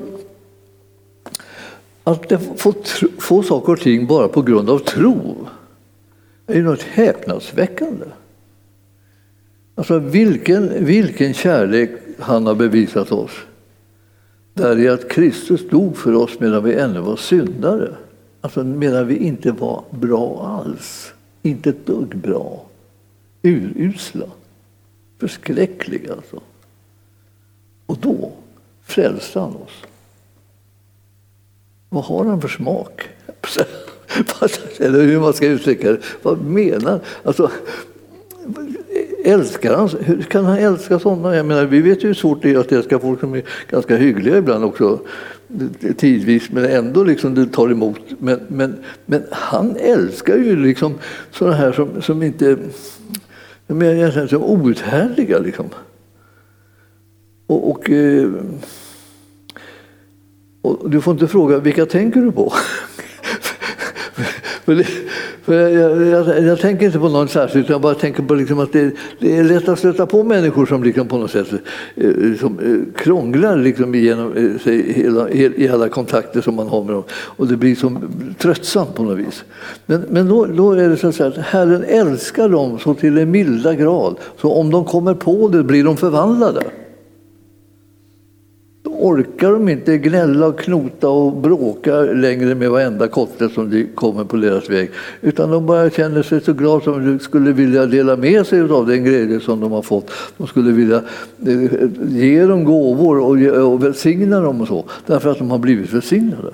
att få, få saker och ting bara på grund av tro är ju något häpnadsväckande. Alltså vilken, vilken kärlek han har bevisat oss. Där är att Kristus dog för oss medan vi ännu var syndare. Alltså medan vi inte var bra alls. Inte ett dugg bra. Urusla. Förskräckliga alltså. Och då frälste han oss. Vad har han för smak? Eller hur man ska uttrycka det. Vad menar alltså? Älskar han? Hur kan han älska sådana? Jag menar, vi vet ju hur svårt det är att älska folk som är ganska hyggliga ibland också tidvis, men ändå liksom det tar emot. Men, men, men han älskar ju liksom sådana här som, som inte som är egentligen som outhärdliga liksom. Och, och, och du får inte fråga, vilka tänker du på? För, det, för jag, jag, jag tänker inte på någon särskilt, jag bara tänker på liksom att det, det är lätt att stöta på människor som liksom på något sätt som krånglar liksom igenom sig hela, i alla kontakter som man har med dem. Och det blir som tröttsamt på något vis. Men, men då, då är det så att Herren älskar dem så till en milda grad. Så om de kommer på det blir de förvandlade. Orkar de inte gnälla och knota och bråka längre med varenda kotte som kommer på deras väg, utan de bara känner sig så glada som de skulle vilja dela med sig av den glädje som de har fått. De skulle vilja ge dem gåvor och, och välsigna dem och så, därför att de har blivit välsignade.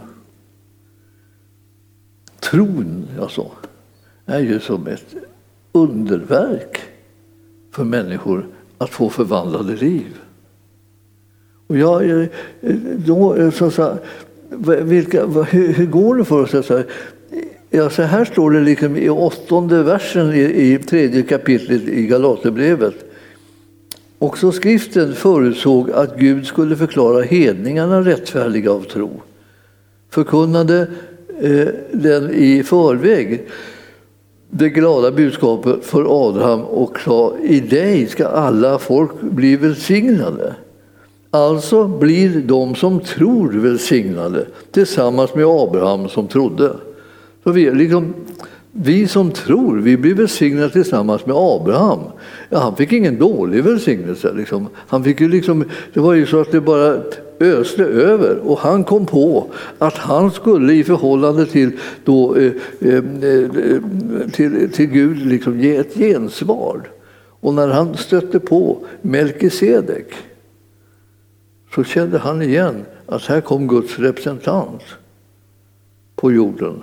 Tron alltså, är ju som ett underverk för människor att få förvandlade liv. Och jag, då, så, så, vilka, hur, hur går det för oss? Så, ja, så här står det liksom i åttonde versen i, i tredje kapitlet i Galaterbrevet. Också skriften förutsåg att Gud skulle förklara hedningarna rättfärdiga av tro. Förkunnade eh, den i förväg det glada budskapet för Abraham och sa, i dig ska alla folk bli välsignade. Alltså blir de som tror välsignade tillsammans med Abraham som trodde. Så vi, liksom, vi som tror, vi blir välsignade tillsammans med Abraham. Ja, han fick ingen dålig välsignelse. Liksom. Han fick ju liksom, det var ju så att det bara ösle över. Och han kom på att han skulle i förhållande till, då, eh, eh, till, till Gud liksom ge ett gensvar. Och när han stötte på Melkisedek, så kände han igen att här kom Guds representant på jorden.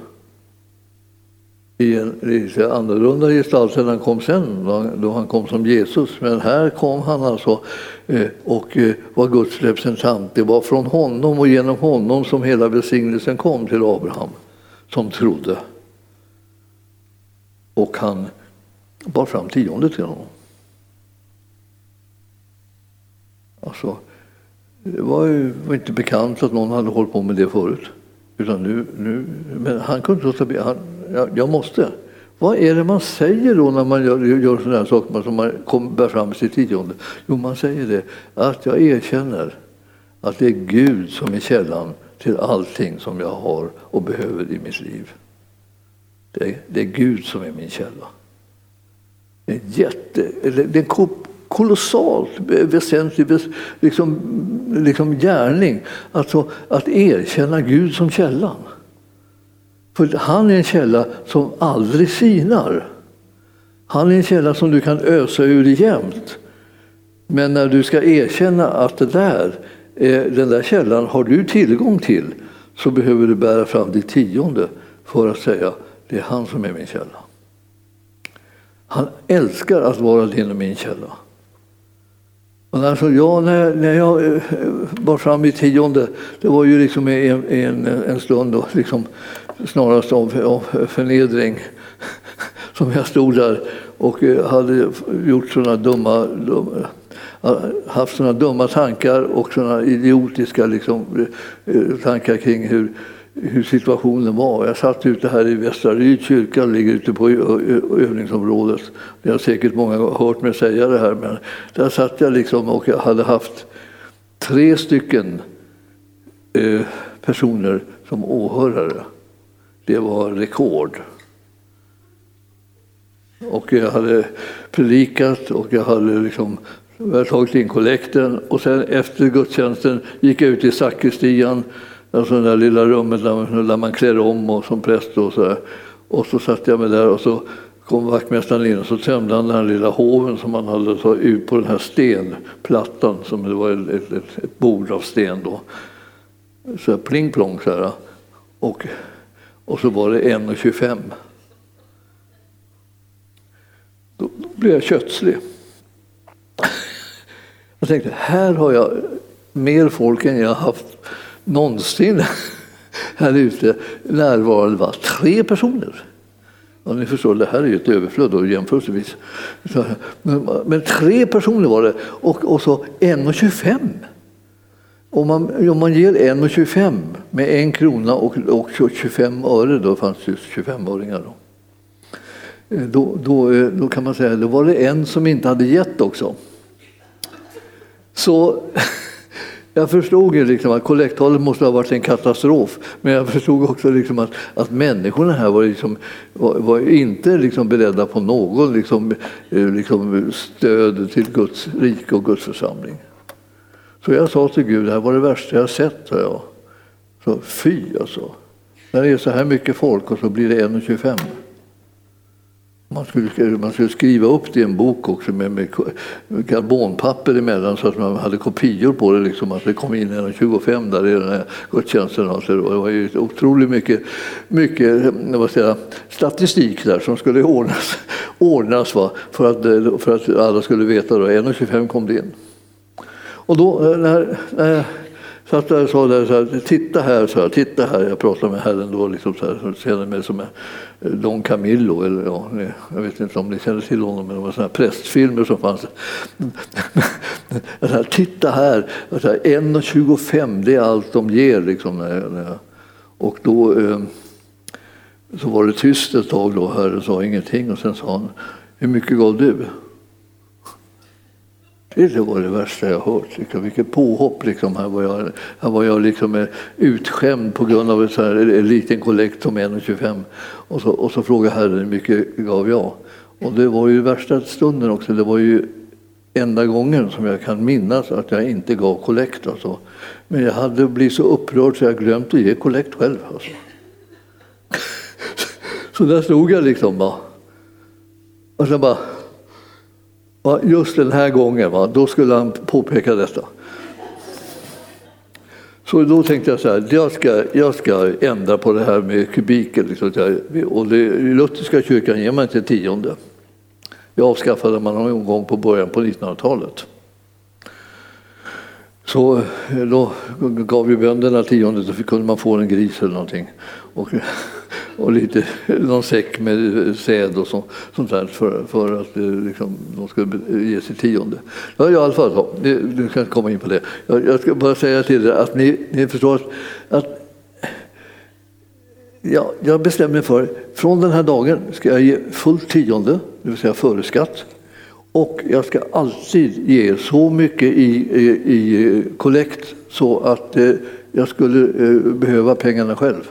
I en lite annorlunda gestalt än han kom sen, då han kom som Jesus. Men här kom han alltså och var Guds representant. Det var från honom och genom honom som hela välsignelsen kom till Abraham, som trodde. Och han bar fram tionde till honom. Alltså, det var ju var inte bekant att någon hade hållit på med det förut. Utan nu, nu, men han kunde låta bli. Han, jag, jag måste. Vad är det man säger då när man gör, gör sådana här saker som man kom, bär fram sitt tionde? Jo, man säger det att jag erkänner att det är Gud som är källan till allting som jag har och behöver i mitt liv. Det är, det är Gud som är min källa. Det är jätte, det är en kolossalt väsentlig liksom, liksom gärning, alltså att erkänna Gud som källan. För han är en källa som aldrig sinar. Han är en källa som du kan ösa ur jämt. Men när du ska erkänna att det där, den där källan har du tillgång till, så behöver du bära fram ditt tionde för att säga det är han som är min källa. Han älskar att vara din och min källa. Och alltså jag, när, när jag bar fram mitt tionde, det var ju liksom en, en, en stund då, liksom, snarast av, av förnedring som jag stod där och hade gjort sådana dumma, dumma haft sådana dumma tankar och sådana idiotiska liksom, tankar kring hur, hur situationen var. Jag satt ute här i Västra Ryd kyrka, ligger ute på övningsområdet. Det har säkert många hört mig säga det här, men där satt jag liksom och jag hade haft tre stycken eh, personer som åhörare. Det var rekord. Och jag hade predikat och jag hade liksom jag hade tagit in kollekten och sen efter gudstjänsten gick jag ut i sakristian, alltså det där lilla rummet där, där man klär om och som präst och så där. Och så satt jag mig där och så kom vaktmästaren in och så tömde han den här lilla hoven som man hade tagit ut på den här stenplattan som det var ett, ett, ett bord av sten då. Så här, pling plong så här. Och, och så var det en komma tjugofem. Då, då blev jag kötslig. Jag tänkte, här har jag mer folk än jag har haft någonsin här ute närvarande. Var tre personer. Ja, ni förstår, det här är ju ett överflöd då, jämförelsevis. Men, men tre personer var det och, och så en komma tjugofem. Om man, om man ger en komma tjugofem med en krona och, och tjugofem öre, då fanns det tjugofem-öringar då. Då, då, då kan man säga, då var det en som inte hade gett också. Så jag förstod ju liksom att kollekttalet måste ha varit en katastrof, men jag förstod också liksom att, att människorna här var, liksom, var, var inte liksom beredda på någon liksom, liksom stöd till Guds rike och Guds församling. Så jag sa till Gud, det här var det värsta jag sett. Så, jag. så fy alltså. När det är så här mycket folk och så blir det en komma tjugofem. Man skulle, man skulle skriva upp det i en bok också med, med karbonpapper emellan så att man hade kopior på det. Liksom, att det kom in en komma tjugofem där i den här gudstjänsten. Alltså, det var ju otroligt mycket, mycket vad säger jag, statistik där som skulle ordnas, ordnas va, för, att, för att alla skulle veta. Då. en komma tjugofem kom det in. Och då när, när jag satt där och sa där, så här, titta här, så här, titta här, jag pratade med Herren då, liksom så här, så kände mig som en Don Camillo, eller ja, jag vet inte om ni känner till honom, men det var sådana här prästfilmer som fanns. Här, titta här, här en komma tjugofem, det är allt de ger liksom. När jag, när jag, och då eh, så var det tyst ett tag då, Herren sa ingenting och sen sa han, hur mycket gav du? Det var det värsta jag hört. Liksom. Vilket påhopp. Liksom. Här var jag, här var jag liksom utskämd på grund av en, så här, en liten kollekt som en komma tjugofem. Och så, och så frågade Herren hur mycket gav jag. Och det var ju värsta stunden också. Det var ju enda gången som jag kan minnas att jag inte gav kollekt. Alltså. Men jag hade blivit så upprörd så jag glömt att ge kollekt själv. Alltså. Så där stod jag liksom bara. Och så bara... Just den här gången, va, då skulle han påpeka detta. Så då tänkte jag så här, jag ska, jag ska ändra på det här med kubiker. Liksom, och det, i lutherska kyrkan ger man inte tionde. Det avskaffade man någon gång på början på nittonhundratalet. Så då gav ju bönderna tionde, så kunde man få en gris eller någonting. Och, och lite, någon säck med säd och så, sånt där för, för att liksom, de skulle ge sig tionde. Ja, i alla fall så. Du kan komma in på det. Jag, jag ska bara säga till er att ni, ni förstår att, att ja, jag bestämde mig för från den här dagen ska jag ge fullt tionde, det vill säga före skatt. Och jag ska alltid ge så mycket i, i, i kollekt så att eh, jag skulle eh, behöva pengarna själv.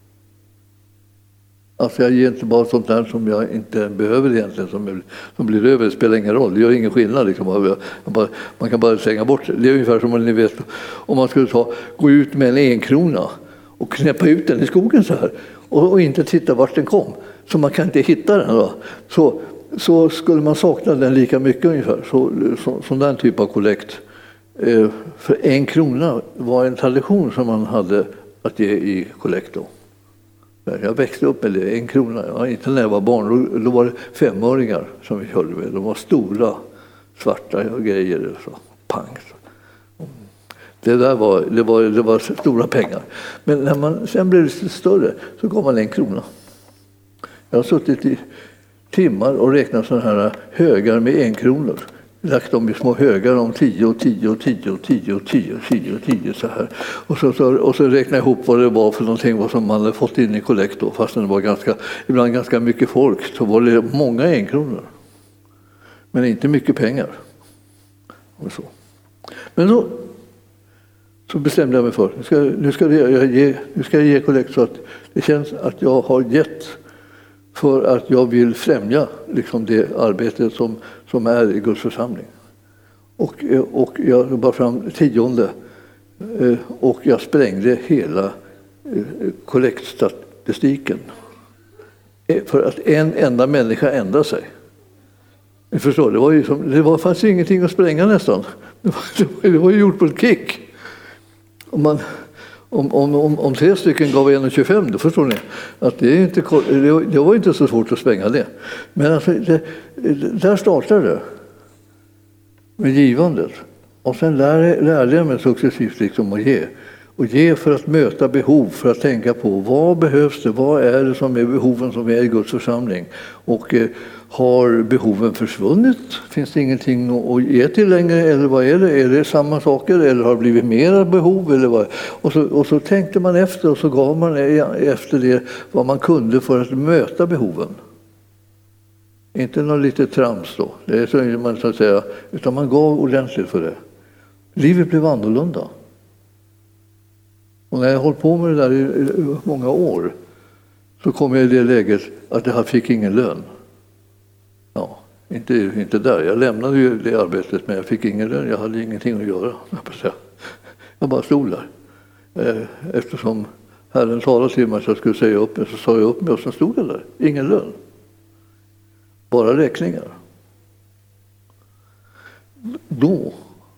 Alltså jag ger inte bara sånt där som jag inte behöver egentligen, som, som blir över. Det spelar ingen roll, det gör ingen skillnad. Liksom. Bara, man kan bara slänga bort det. Det är ungefär som om ni vet, om man skulle ta, gå ut med en enkrona och knäppa ut den i skogen så här och, och inte titta vart den kom. Så man kan inte hitta den då. Så, så skulle man sakna den lika mycket ungefär. Så, så, sån där typ av kollekt. Eh, för en krona var en tradition som man hade att ge i kollekt då. Jag växte upp med det, en krona. Ja, inte när jag var barn, då, då var det femöringar som vi körde med. De var stora, svarta grejer. Så. Pang. Det där var, det var, det var stora pengar. Men när man sen blev lite större så gav man en krona. Jag har suttit i timmar och räknat sådana här högar med en kronor. Lagt dem i små högar om tio och tio och tio och tio och tio och tio och tio så här. Och så, så, och så räknade jag ihop vad det var för någonting vad som man hade fått in i kollekt då. Fast det var ganska, ibland ganska mycket folk så var det många enkronor. Men inte mycket pengar. Och så. Men då så bestämde jag mig för nu ska, nu ska jag ge, nu ska jag ge kollekt så att det känns att jag har gett för att jag vill främja liksom det arbetet som, som är i Guds församling. Och, och jag bar fram tionde och jag sprängde hela kollektstatistiken. För att en enda människa ändrar sig. Ni förstår, det var ju som, det var, fanns ju ingenting att spränga nästan. Det var, det var, det var ju gjort på ett kick. Om, man, om, om, om, om tre stycken gav en komma tjugofem, då förstår ni att det, är inte, det var inte så svårt att spränga det. Men alltså, det, där startade det med givandet. Och sen lär, lärde jag mig successivt liksom att ge. Och ge för att möta behov, för att tänka på vad behövs det, vad är det som är behoven som är i Guds församling. Och eh, har behoven försvunnit? Finns det ingenting att ge till längre? Eller vad är det? Är det samma saker? Eller har det blivit mera behov? Eller vad? Och, så, och så tänkte man efter och så gav man efter det vad man kunde för att möta behoven. Inte något litet trams då, det är så man så att säga, utan man gav ordentligt för det. Livet blev annorlunda. Och när jag hållit på med det där i många år så kom jag i det läget att jag fick ingen lön. Ja, inte, inte där. Jag lämnade ju det arbetet men jag fick ingen lön. Jag hade ingenting att göra. Jag bara stod där. Eftersom Herren talade till mig att jag skulle säga upp mig så sa jag upp mig och så stod jag där. Ingen lön. Bara räkningar. Då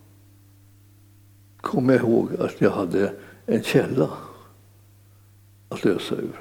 kom jag ihåg att jag hade en källa att ösa ur.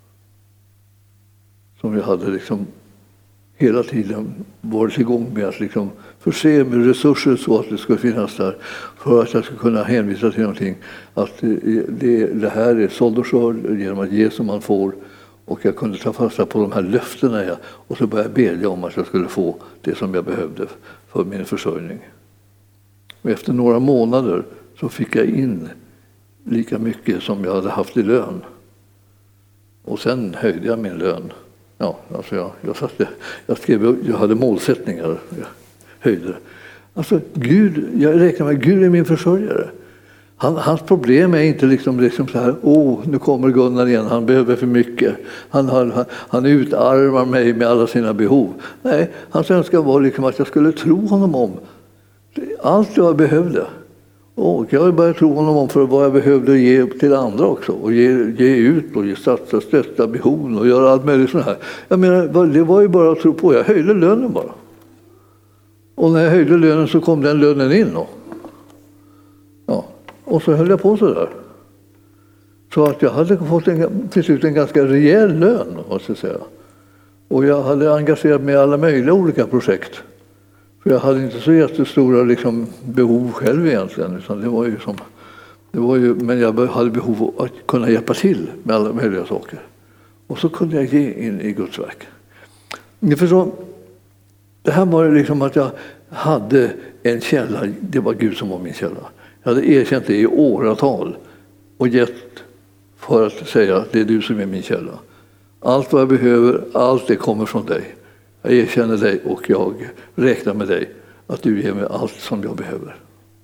Som jag hade liksom hela tiden varit igång med att liksom förse med resurser så att det skulle finnas där för att jag skulle kunna hänvisa till någonting. Att det, det här är sådd och skörd genom att ge som man får. Och jag kunde ta fasta på de här löftena jag, och så började jag bedja om att jag skulle få det som jag behövde för min försörjning. Och efter några månader så fick jag in lika mycket som jag hade haft i lön. Och sen höjde jag min lön. Ja, alltså jag, jag, satte, jag skrev, jag hade målsättningar. Jag höjde. Alltså Gud, jag räknar med att Gud är min försörjare. Han, hans problem är inte liksom, liksom så här, åh, nu kommer Gunnar igen, han behöver för mycket. Han, han, han, han utarmar mig med alla sina behov. Nej, hans önskan var liksom att jag skulle tro honom om allt jag behövde. Och jag började tro honom om för vad jag behövde ge till andra också. Och ge, ge ut och ge satsa, stötta behov och göra allt möjligt sånt här. Jag menar, det var ju bara att tro på. Jag höjde lönen bara. Och när jag höjde lönen så kom den lönen in då. Ja. Och så höll jag på så där. Så att jag hade fått en, till slut en ganska rejäl lön, måste jag säga. Och jag hade engagerat mig i alla möjliga olika projekt. För jag hade inte så jättestora liksom, behov själv egentligen. Utan det var ju som, det var ju, men jag hade behov av att kunna hjälpa till med alla möjliga saker. Och så kunde jag ge in i Guds verk. Ni förstår, det här var liksom att jag hade en källa. Det var Gud som var min källa. Jag hade erkänt det i åratal och gett för att säga att det är du som är min källa. Allt vad jag behöver, allt det kommer från dig. Jag erkänner dig och jag räknar med dig att du ger mig allt som jag behöver.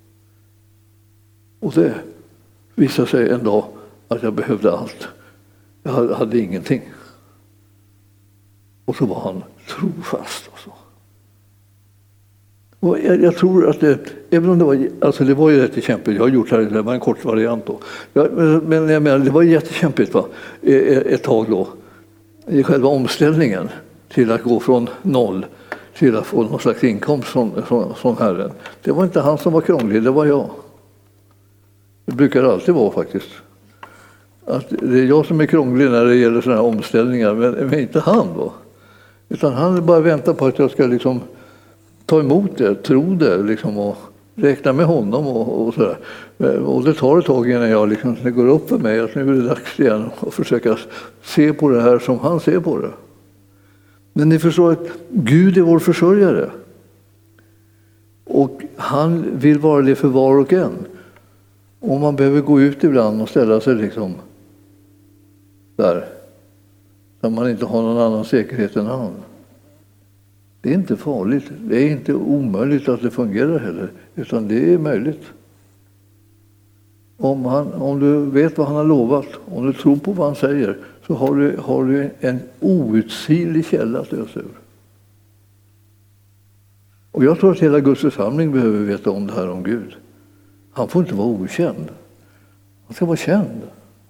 Och det visade sig en dag att jag behövde allt. Jag hade ingenting. Och så var han trofast och så. Och jag, jag tror att det, även om det var, alltså det var ju jättekämpigt, jag har gjort det här, det var en kort variant då. Jag, men jag menar, det var jättekämpigt va? Ett tag då. I själva omställningen till att gå från noll till att få någon slags inkomst från, från, från Herren. Det var inte han som var krånglig, det var jag. Det brukar alltid vara faktiskt. Att det är jag som är krånglig när det gäller sådana här omställningar, men, men inte han då. Utan han bara väntar på att jag ska liksom ta emot det, tro det liksom, och räkna med honom och, och sådär. Och det tar ett tag innan jag liksom, det går upp för mig att nu är det dags igen att försöka se på det här som han ser på det. Men ni förstår att Gud är vår försörjare. Och han vill vara det för var och en. Och man behöver gå ut ibland och ställa sig liksom där. Där man inte har någon annan säkerhet än han. Det är inte farligt. Det är inte omöjligt att det fungerar heller. Utan det är möjligt. Om, han, om du vet vad han har lovat, om du tror på vad han säger, så har du, har du en outsinlig källa att ösa ur. Och jag tror att hela Guds församling behöver veta om det här om Gud. Han får inte vara okänd. Han ska vara känd.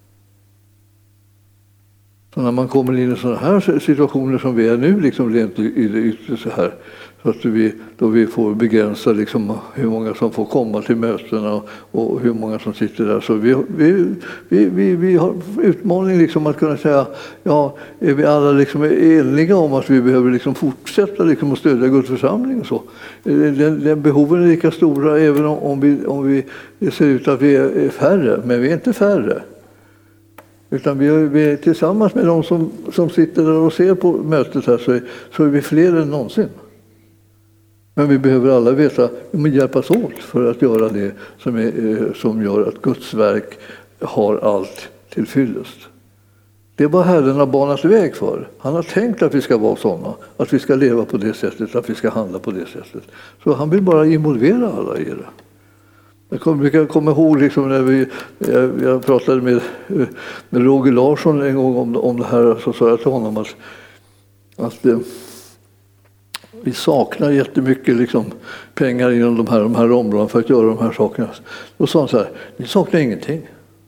Så när man kommer in i sådana här situationer som vi är nu, liksom rent i det yttre så här, så att vi, då vi får begränsa liksom hur många som får komma till mötena och, och hur många som sitter där. Så vi, vi, vi, vi, vi har utmaning liksom att kunna säga, ja, är vi alla liksom eniga om att vi behöver liksom fortsätta liksom att stödja Guds församling och så. Den, den behoven är lika stora även om, om, vi, om vi, det ser ut att vi är färre, men vi är inte färre. Utan vi är, vi är tillsammans med de som, som sitter där och ser på mötet här, så är, så är vi fler än någonsin. Men vi behöver alla veta, men hjälpas åt för att göra det som, är, som gör att Guds verk har allt till fyllest. Det är vad Herren har banat väg för. Han har tänkt att vi ska vara sådana, att vi ska leva på det sättet, att vi ska handla på det sättet. Så han vill bara involvera alla i det. Jag kommer, kommer ihåg liksom när vi, jag, jag pratade med, med Roger Larsson en gång om, om det här, så sa jag till honom att, att eh, vi saknar jättemycket liksom, pengar inom de här, de här områdena för att göra de här sakerna. Då sa han så här, ni saknar ingenting.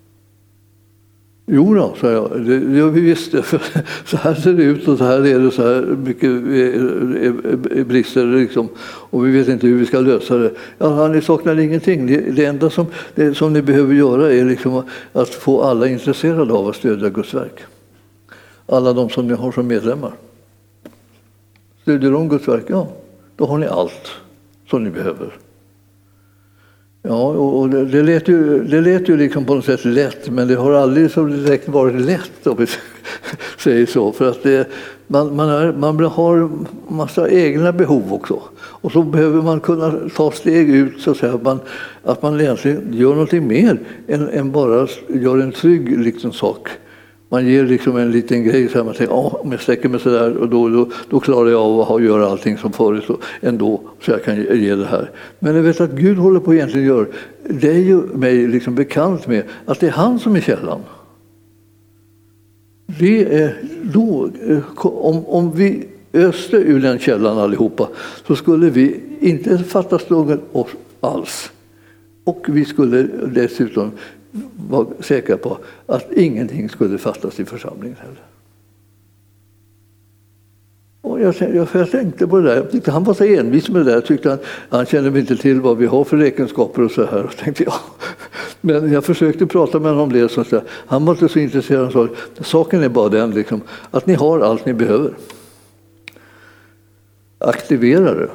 Jo då, sa jag, det gör vi visst. Så här ser det ut och så här är det, så här mycket brister liksom, och vi vet inte hur vi ska lösa det. Ja, ni saknar ingenting. Det enda som, det som ni behöver göra är liksom att få alla intresserade av att stödja Guds verk. Alla de som ni har som medlemmar. Stödjer de Guds verk? Ja, då har ni allt som ni behöver. Ja, och det, det, lät ju, det lät ju liksom på något sätt lätt, men det har aldrig så direkt varit lätt, om vi säger så. För att det, man, man, är, man har massa egna behov också. Och så behöver man kunna ta steg ut, så att säga, att man, att man egentligen gör någonting mer än, än bara gör en trygg liksom, sak. Man ger liksom en liten grej så här, man tänker, ja, om jag sträcker mig så där och då, då, då klarar jag av att göra allting som förut ändå, så jag kan ge det här. Men jag vet att Gud håller på egentligen gör, det är ju mig liksom bekant med att det är han som är källan. Det är då, om, om vi öste ur den källan allihopa, så skulle vi inte fatta något oss alls. Och vi skulle dessutom var säker på att ingenting skulle fattas i församlingen heller. Och jag, jag, jag tänkte på det där. Han var så envis med det där. Tyckte han, han kände inte till vad vi har för räkenskaper och så här. Och tänkte jag. Men jag försökte prata med honom om det. Så att han var inte så intresserad. Han sa, saken är bara den liksom, att ni har allt ni behöver. Aktivera det.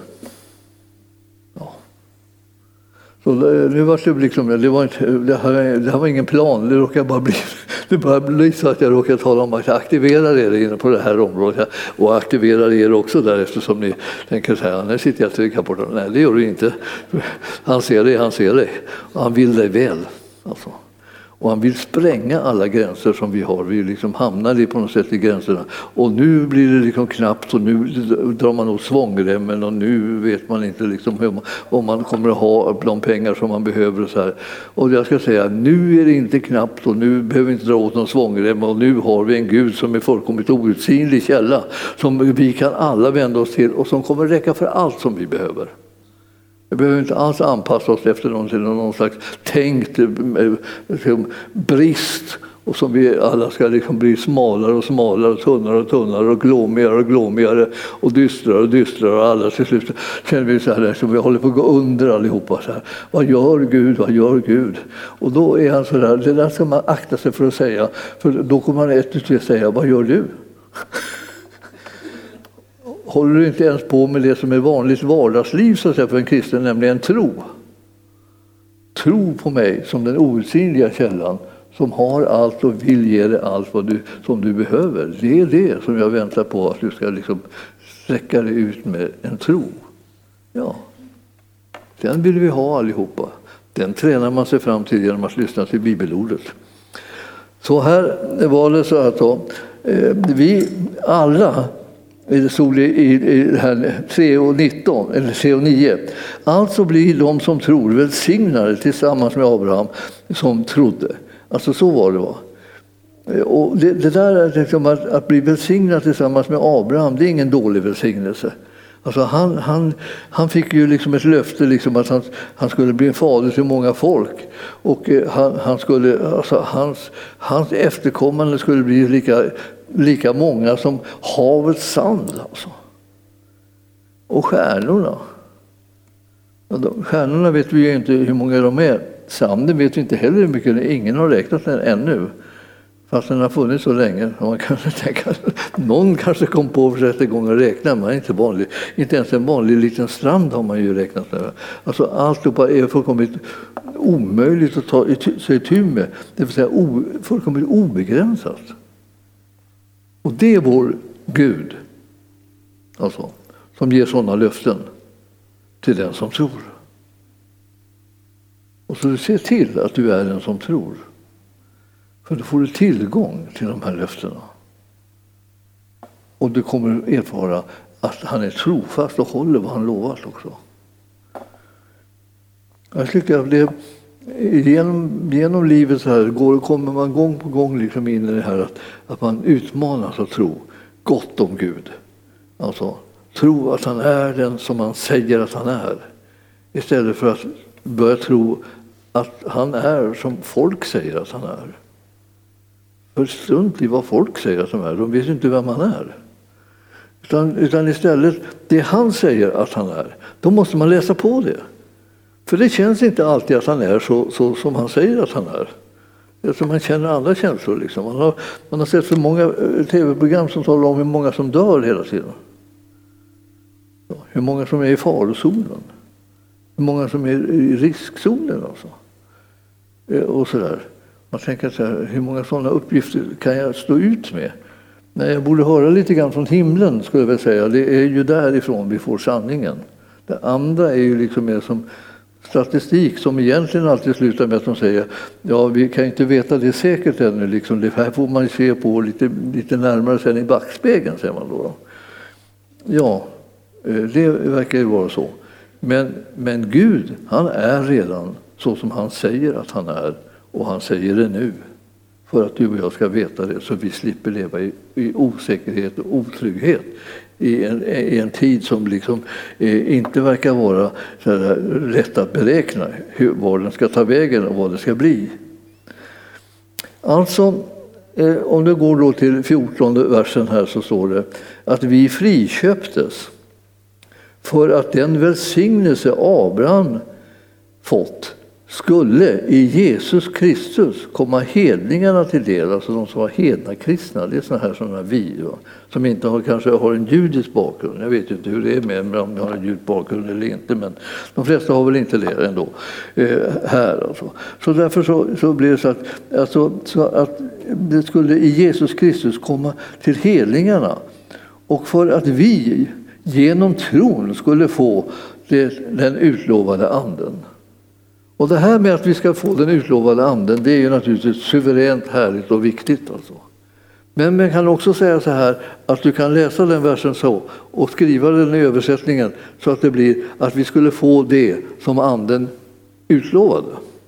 Så nu var det liksom, det var inte, det här, det här var ingen plan, det råkade bara bli, det bara bli så att jag råkade tala om att jag aktiverar er inne på det här området och aktiverar er också där, eftersom ni tänker så här, nu sitter jag och trycker på det. Nej, det gör du inte. Han ser dig, han ser dig. Och han vill dig väl. Alltså. Och han vill spränga alla gränser som vi har. Vi liksom hamnar på något sätt i gränserna. Och nu blir det liksom knappt och nu drar man åt svångremmen och nu vet man inte liksom hur man, om man kommer att ha de pengar som man behöver. Och, så här. Och jag ska säga, nu är det inte knappt och nu behöver vi inte dra åt någon svångrem och nu har vi en Gud som är fullkomligt outsinlig källa som vi kan alla vända oss till och som kommer räcka för allt som vi behöver. Vi behöver inte alls anpassa oss efter någon, någon slags tänkt liksom, brist och som vi alla ska liksom bli smalare och smalare och tunnare och tunnare och glåmigare och glåmigare och dystrare och dystrare och alla till slut känner vi så här som vi håller på att gå under allihopa så här. Vad gör Gud? Vad gör Gud? Och då är han så där, det där ska man akta sig för att säga, för då kommer man ett ut att säga, vad gör du? Håller du inte ens på med det som är vanligt vardagsliv så att säga, för en kristen, nämligen tro. tro på mig som den outsinliga källan som har allt och vill ge dig allt vad du, som du behöver. Det är det som jag väntar på, att du ska liksom sträcka dig ut med en tro. Ja, den vill vi ha allihopa. Den tränar man sig fram till genom att lyssna till bibelordet. Så här var det så att då, eh, vi alla, det stod i, i här tre och nitton, eller tre och nio, alltså blir de som tror välsignade tillsammans med Abraham som trodde. Alltså så var det va. Och det, det där är liksom att, att bli välsignad tillsammans med Abraham, det är ingen dålig välsignelse. Alltså han, han, han fick ju liksom ett löfte liksom att han, han skulle bli en fader till många folk. Och han, han skulle, alltså hans, hans efterkommande skulle bli lika, lika många som havets sand. Alltså. Och stjärnorna. Och de, stjärnorna vet vi ju inte hur många de är. Sanden vet vi inte heller hur mycket. Ingen har räknat den ännu. Fast den har funnits så länge. Man kanske tänka, någon kanske kom på för sätta igång och räkna. Man är inte vanlig. Inte ens en vanlig liten strand har man ju räknat med. Alltså allt är fullkomligt omöjligt att ta sig tur med. Det vill säga o, fullkomligt obegränsat. Och det är vår Gud. Alltså, som ger sådana löften till den som tror. Och så du ser till att du är den som tror. För då får du tillgång till de här löftena. Och du kommer erfara att han är trofast och håller vad han lovat också. Jag tycker att det, genom, genom livet så här går, kommer man gång på gång liksom in i det här att, att man utmanas att tro gott om Gud. Alltså tro att han är den som man säger att han är. Istället för att börja tro att han är som folk säger att han är. För strunt i vad folk säger att de är. De vet inte vem han är. Utan, utan istället, det han säger att han är, då måste man läsa på det. För det känns inte alltid att han är så, så som han säger att han är. Eftersom man känner andra känslor. Liksom. Man, har, man har sett för många tv-program som talar om hur många som dör hela tiden. Hur många som är i farozonen. Hur många som är i riskzonen. Alltså. Och sådär. Man tänker så här, hur många sådana uppgifter kan jag stå ut med? Nej, jag borde höra lite grann från himlen, skulle jag väl säga. Det är ju därifrån vi får sanningen. Det andra är ju liksom mer som statistik som egentligen alltid slutar med att de säger ja, vi kan inte veta det säkert ännu. Liksom. Det här får man se på lite, lite närmare sen i backspegeln, säger man då. Ja, det verkar ju vara så. Men, men Gud, han är redan så som han säger att han är. Och han säger det nu. För att du och jag ska veta det. Så vi slipper leva i, i osäkerhet och otrygghet. I en, i en tid som liksom, eh, inte verkar vara så här, lätt att beräkna. Hur, var den ska ta vägen och vad det ska bli. Alltså, eh, om det går då till fjortonde versen här så står det. Att vi friköptes. För att den välsignelse Abraham fått skulle i Jesus Kristus komma hedningarna till del, alltså de som var hedna kristna, det är sådana här sådana vi, va? Som inte har, kanske har en judisk bakgrund. Jag vet inte hur det är med om de har en judisk bakgrund eller inte, men de flesta har väl inte det ändå eh, här. Alltså. Så därför så, så blir det så att, alltså, så att det skulle i Jesus Kristus komma till hedningarna, och för att vi genom tron skulle få det, den utlovade anden. Och det här med att vi ska få den utlovade anden, det är ju naturligtvis suveränt härligt och viktigt. Alltså. Men man kan också säga så här, att du kan läsa den versen så och skriva den i översättningen så att det blir att vi skulle få det som anden utlovade.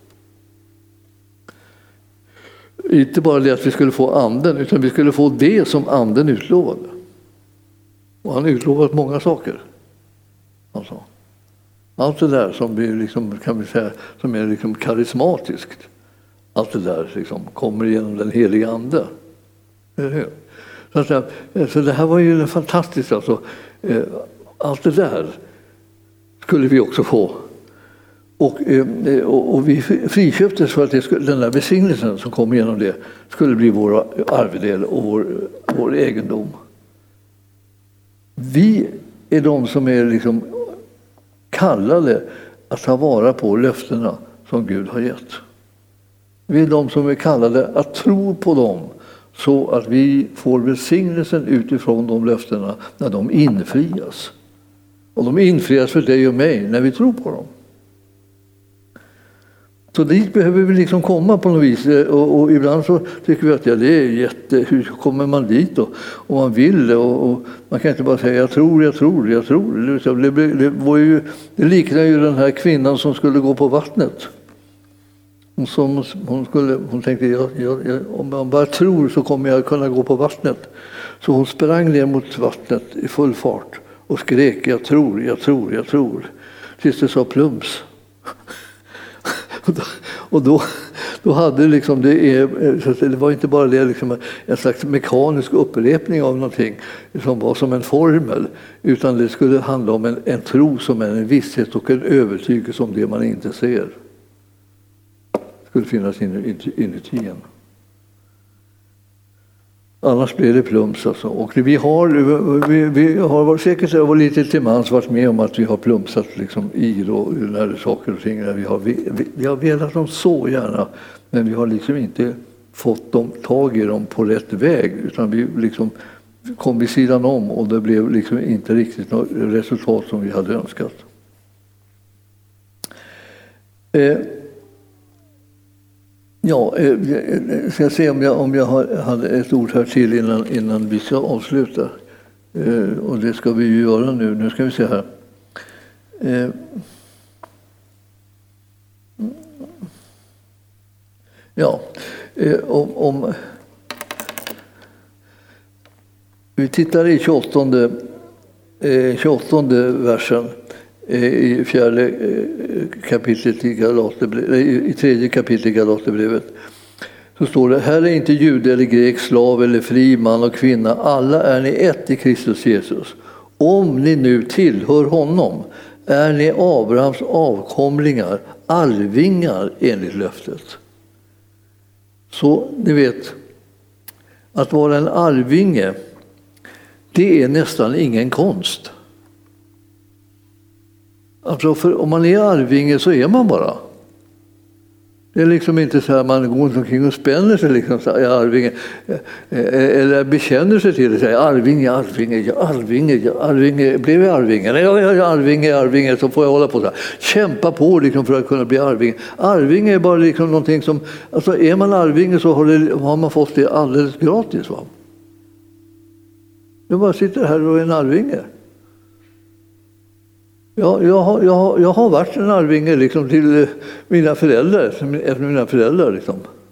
Inte bara det att vi skulle få anden, utan vi skulle få det som anden utlovade. Och han har utlovat många saker. Alltså. Allt det där som, blir liksom, kan vi säga, som är liksom karismatiskt, allt det där liksom kommer genom den heliga ande. Så, att, så det här var ju fantastiskt. Alltså. Allt det där skulle vi också få. Och, och, och vi friköptes för att det skulle, den där välsignelsen som kom genom det skulle bli vår arvedel och vår, vår egendom. Vi är de som är liksom kallade att ta vara på löftena som Gud har gett. Vi är de som är kallade att tro på dem så att vi får välsignelsen utifrån de löftena när de infrias. Och de infrias för dig och mig när vi tror på dem. Så dit behöver vi liksom komma på något vis. Och, och ibland så tycker vi att ja, det är jätte... Hur kommer man dit då? Om man vill. Och, och man kan inte bara säga jag tror, jag tror, jag tror. Det, det, det, var ju, det liknar ju den här kvinnan som skulle gå på vattnet. Hon, som, hon, skulle, hon tänkte jag, jag, jag, om man bara tror så kommer jag kunna gå på vattnet. Så hon sprang ner mot vattnet i full fart och skrek jag tror, jag tror, jag tror. Tills det sa plums. Och då, då hade liksom det, det var inte bara det liksom en slags mekanisk upprepning av någonting som var som en formel, utan det skulle handla om en, en tro som är en visshet och en övertygelse om det man inte ser. Det skulle finnas inuti en. Annars blir det plums alltså. Och vi har, vi, vi har säkert varit lite till mans varit med om att vi har plumsat liksom i då, när saker och ting. Vi har, vi, vi har velat dem så gärna, men vi har liksom inte fått dem, tag i dem på rätt väg. Utan vi liksom kom vid sidan om och det blev liksom inte riktigt något resultat som vi hade önskat. Eh, Ja, jag ska se om jag, om jag hade ett ord här till innan, innan vi ska avsluta. Eh, och det ska vi ju göra nu. Nu ska vi se här. Eh, ja, eh, om, om vi tittar i tjugoåttonde, eh, tjugoåttonde versen i fjärde kapitlet i Galaterbrevet, i tredje kapitlet i Galaterbrevet, så står det: här är inte jude eller grek, slav eller fri, man och kvinna, alla är ni ett i Kristus Jesus. Om ni nu tillhör honom är ni Abrahams avkomlingar, arvingar enligt löftet. Så ni vet, att vara en arvinge, det är nästan ingen konst. Alltså för om man är arvinge så är man bara. Det är liksom inte så här man går omkring och spänner sig liksom så här, arvinge, eller bekänner sig till det, säger arvinge, arvinge, arvinge, arvinge, blev jag arvinge? Nej, jag är arvinge, arvinge, så får jag hålla på så här. Kämpa på liksom för att kunna bli arvinge. Arvinge är bara liksom någonting som, alltså är man arvinge så har, det, har man fått det alldeles gratis, va? Jag bara sitter här och är en arvinge. Ja, jag, har, jag, har, jag har varit en arvinge liksom till mina föräldrar, efter mina föräldrar. Liksom.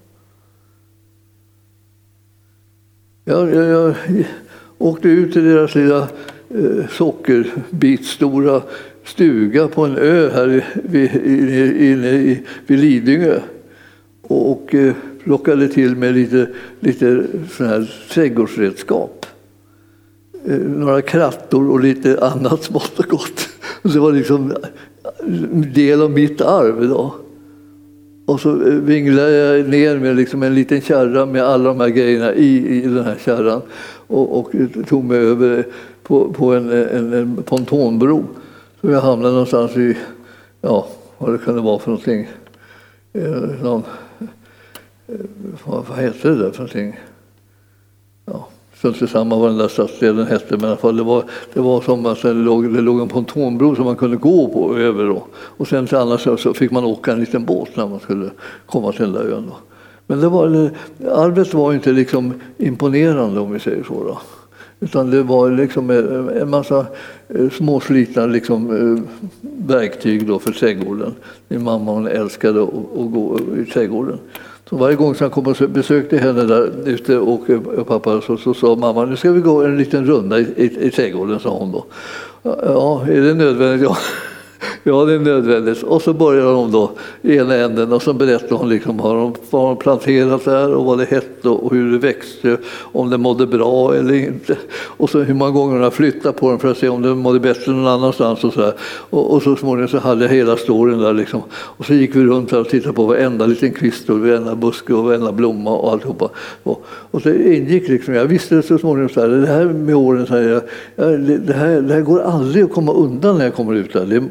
Jag, jag, jag åkte ut till deras lilla eh, sockerbitstora stuga på en ö här vid, inne i, vid Lidingö och, och eh, plockade till med lite, lite sån här trädgårdsredskap. Eh, några krattor och lite annat smått och gott. Det var liksom en del av mitt arv då. Och så vinglade jag ner med liksom en liten kärra med alla de här grejerna i, i den här kärran. Och, och tog mig över på, på en, en, en pontonbro. Så jag hamnade någonstans i, ja, vad det kunde vara för någonting. Någon, vad, vad heter det där för någonting? Ja. Inte samma vad den där stadsdelen hette, men i alla fall det var, det var som att det låg, det låg en pontonbro som man kunde gå på över då. Och sen till annars så fick man åka en liten båt när man skulle komma till den där ön då. Men det var, arbetet var inte liksom imponerande om vi säger så då. Utan det var liksom en massa småslitna liksom verktyg då för trädgården. Min mamma hon älskade att, att gå i trädgården. Så varje gång som han kom och besökte henne där ute och, och pappa så, så sa mamma, nu ska vi gå en liten runda i, i, i trädgården, sa hon då. Ja, är det nödvändigt? Ja. Ja, det är nödvändigt. Och så började de då i ena änden och så berättade hon liksom vad de, vad de planterat där och vad det hette och hur det växte, om det mådde bra eller inte. Och så hur många gånger de flyttade på dem för att se om det mådde bättre någon annanstans och så där. Och, och så småningom så hade jag hela storyn där liksom. Och så gick vi runt där och tittade på varenda liten kvist och varenda buske och varenda blomma och alltihopa. Och, och så ingick liksom, jag visste så småningom så här, det här med åren så här, jag, det, här, det här går aldrig att komma undan när jag kommer ut där. Det, vi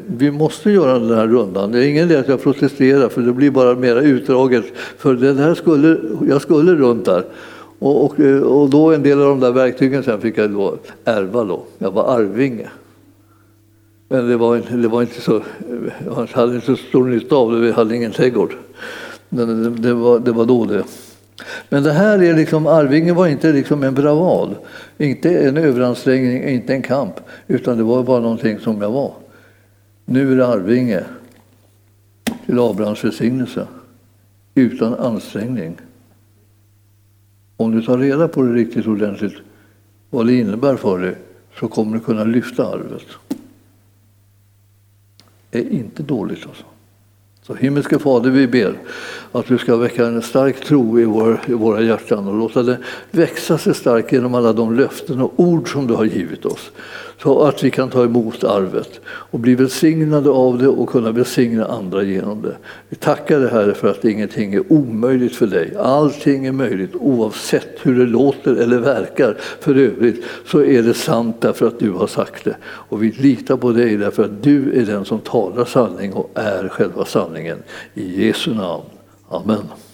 måste göra den här rundan. Det är ingen idé att jag protesterar, för det blir bara mer utdraget. För det här skulle, jag skulle runt där. Och, och, och då en del av de där verktygen sen fick jag då ärva då. Jag var arvinge. Men det var, det var inte så, jag hade inte så stor nytta av det, vi hade ingen trädgård. Men det, det, var, det var då det. Men det här är liksom, arvingen var inte liksom en bravad, inte en överansträngning, inte en kamp, utan det var bara någonting som jag var. Nu är det arvinge till Abrahams välsignelse, utan ansträngning. Om du tar reda på det riktigt ordentligt, vad det innebär för dig, så kommer du kunna lyfta arvet. Det är inte dåligt alltså. Så himmelske Fader, vi ber att du ska väcka en stark tro i, vår, i våra hjärtan och låta det växa sig stark genom alla de löften och ord som du har givit oss. Så att vi kan ta emot arvet och bli välsignade av det och kunna välsigna andra genom det. Vi tackar dig, Herre, för att ingenting är omöjligt för dig. Allting är möjligt oavsett hur det låter eller verkar. För övrigt så är det sant därför att du har sagt det. Och vi litar på dig därför att du är den som talar sanning och är själva sanningen. I Jesu namn. Amen.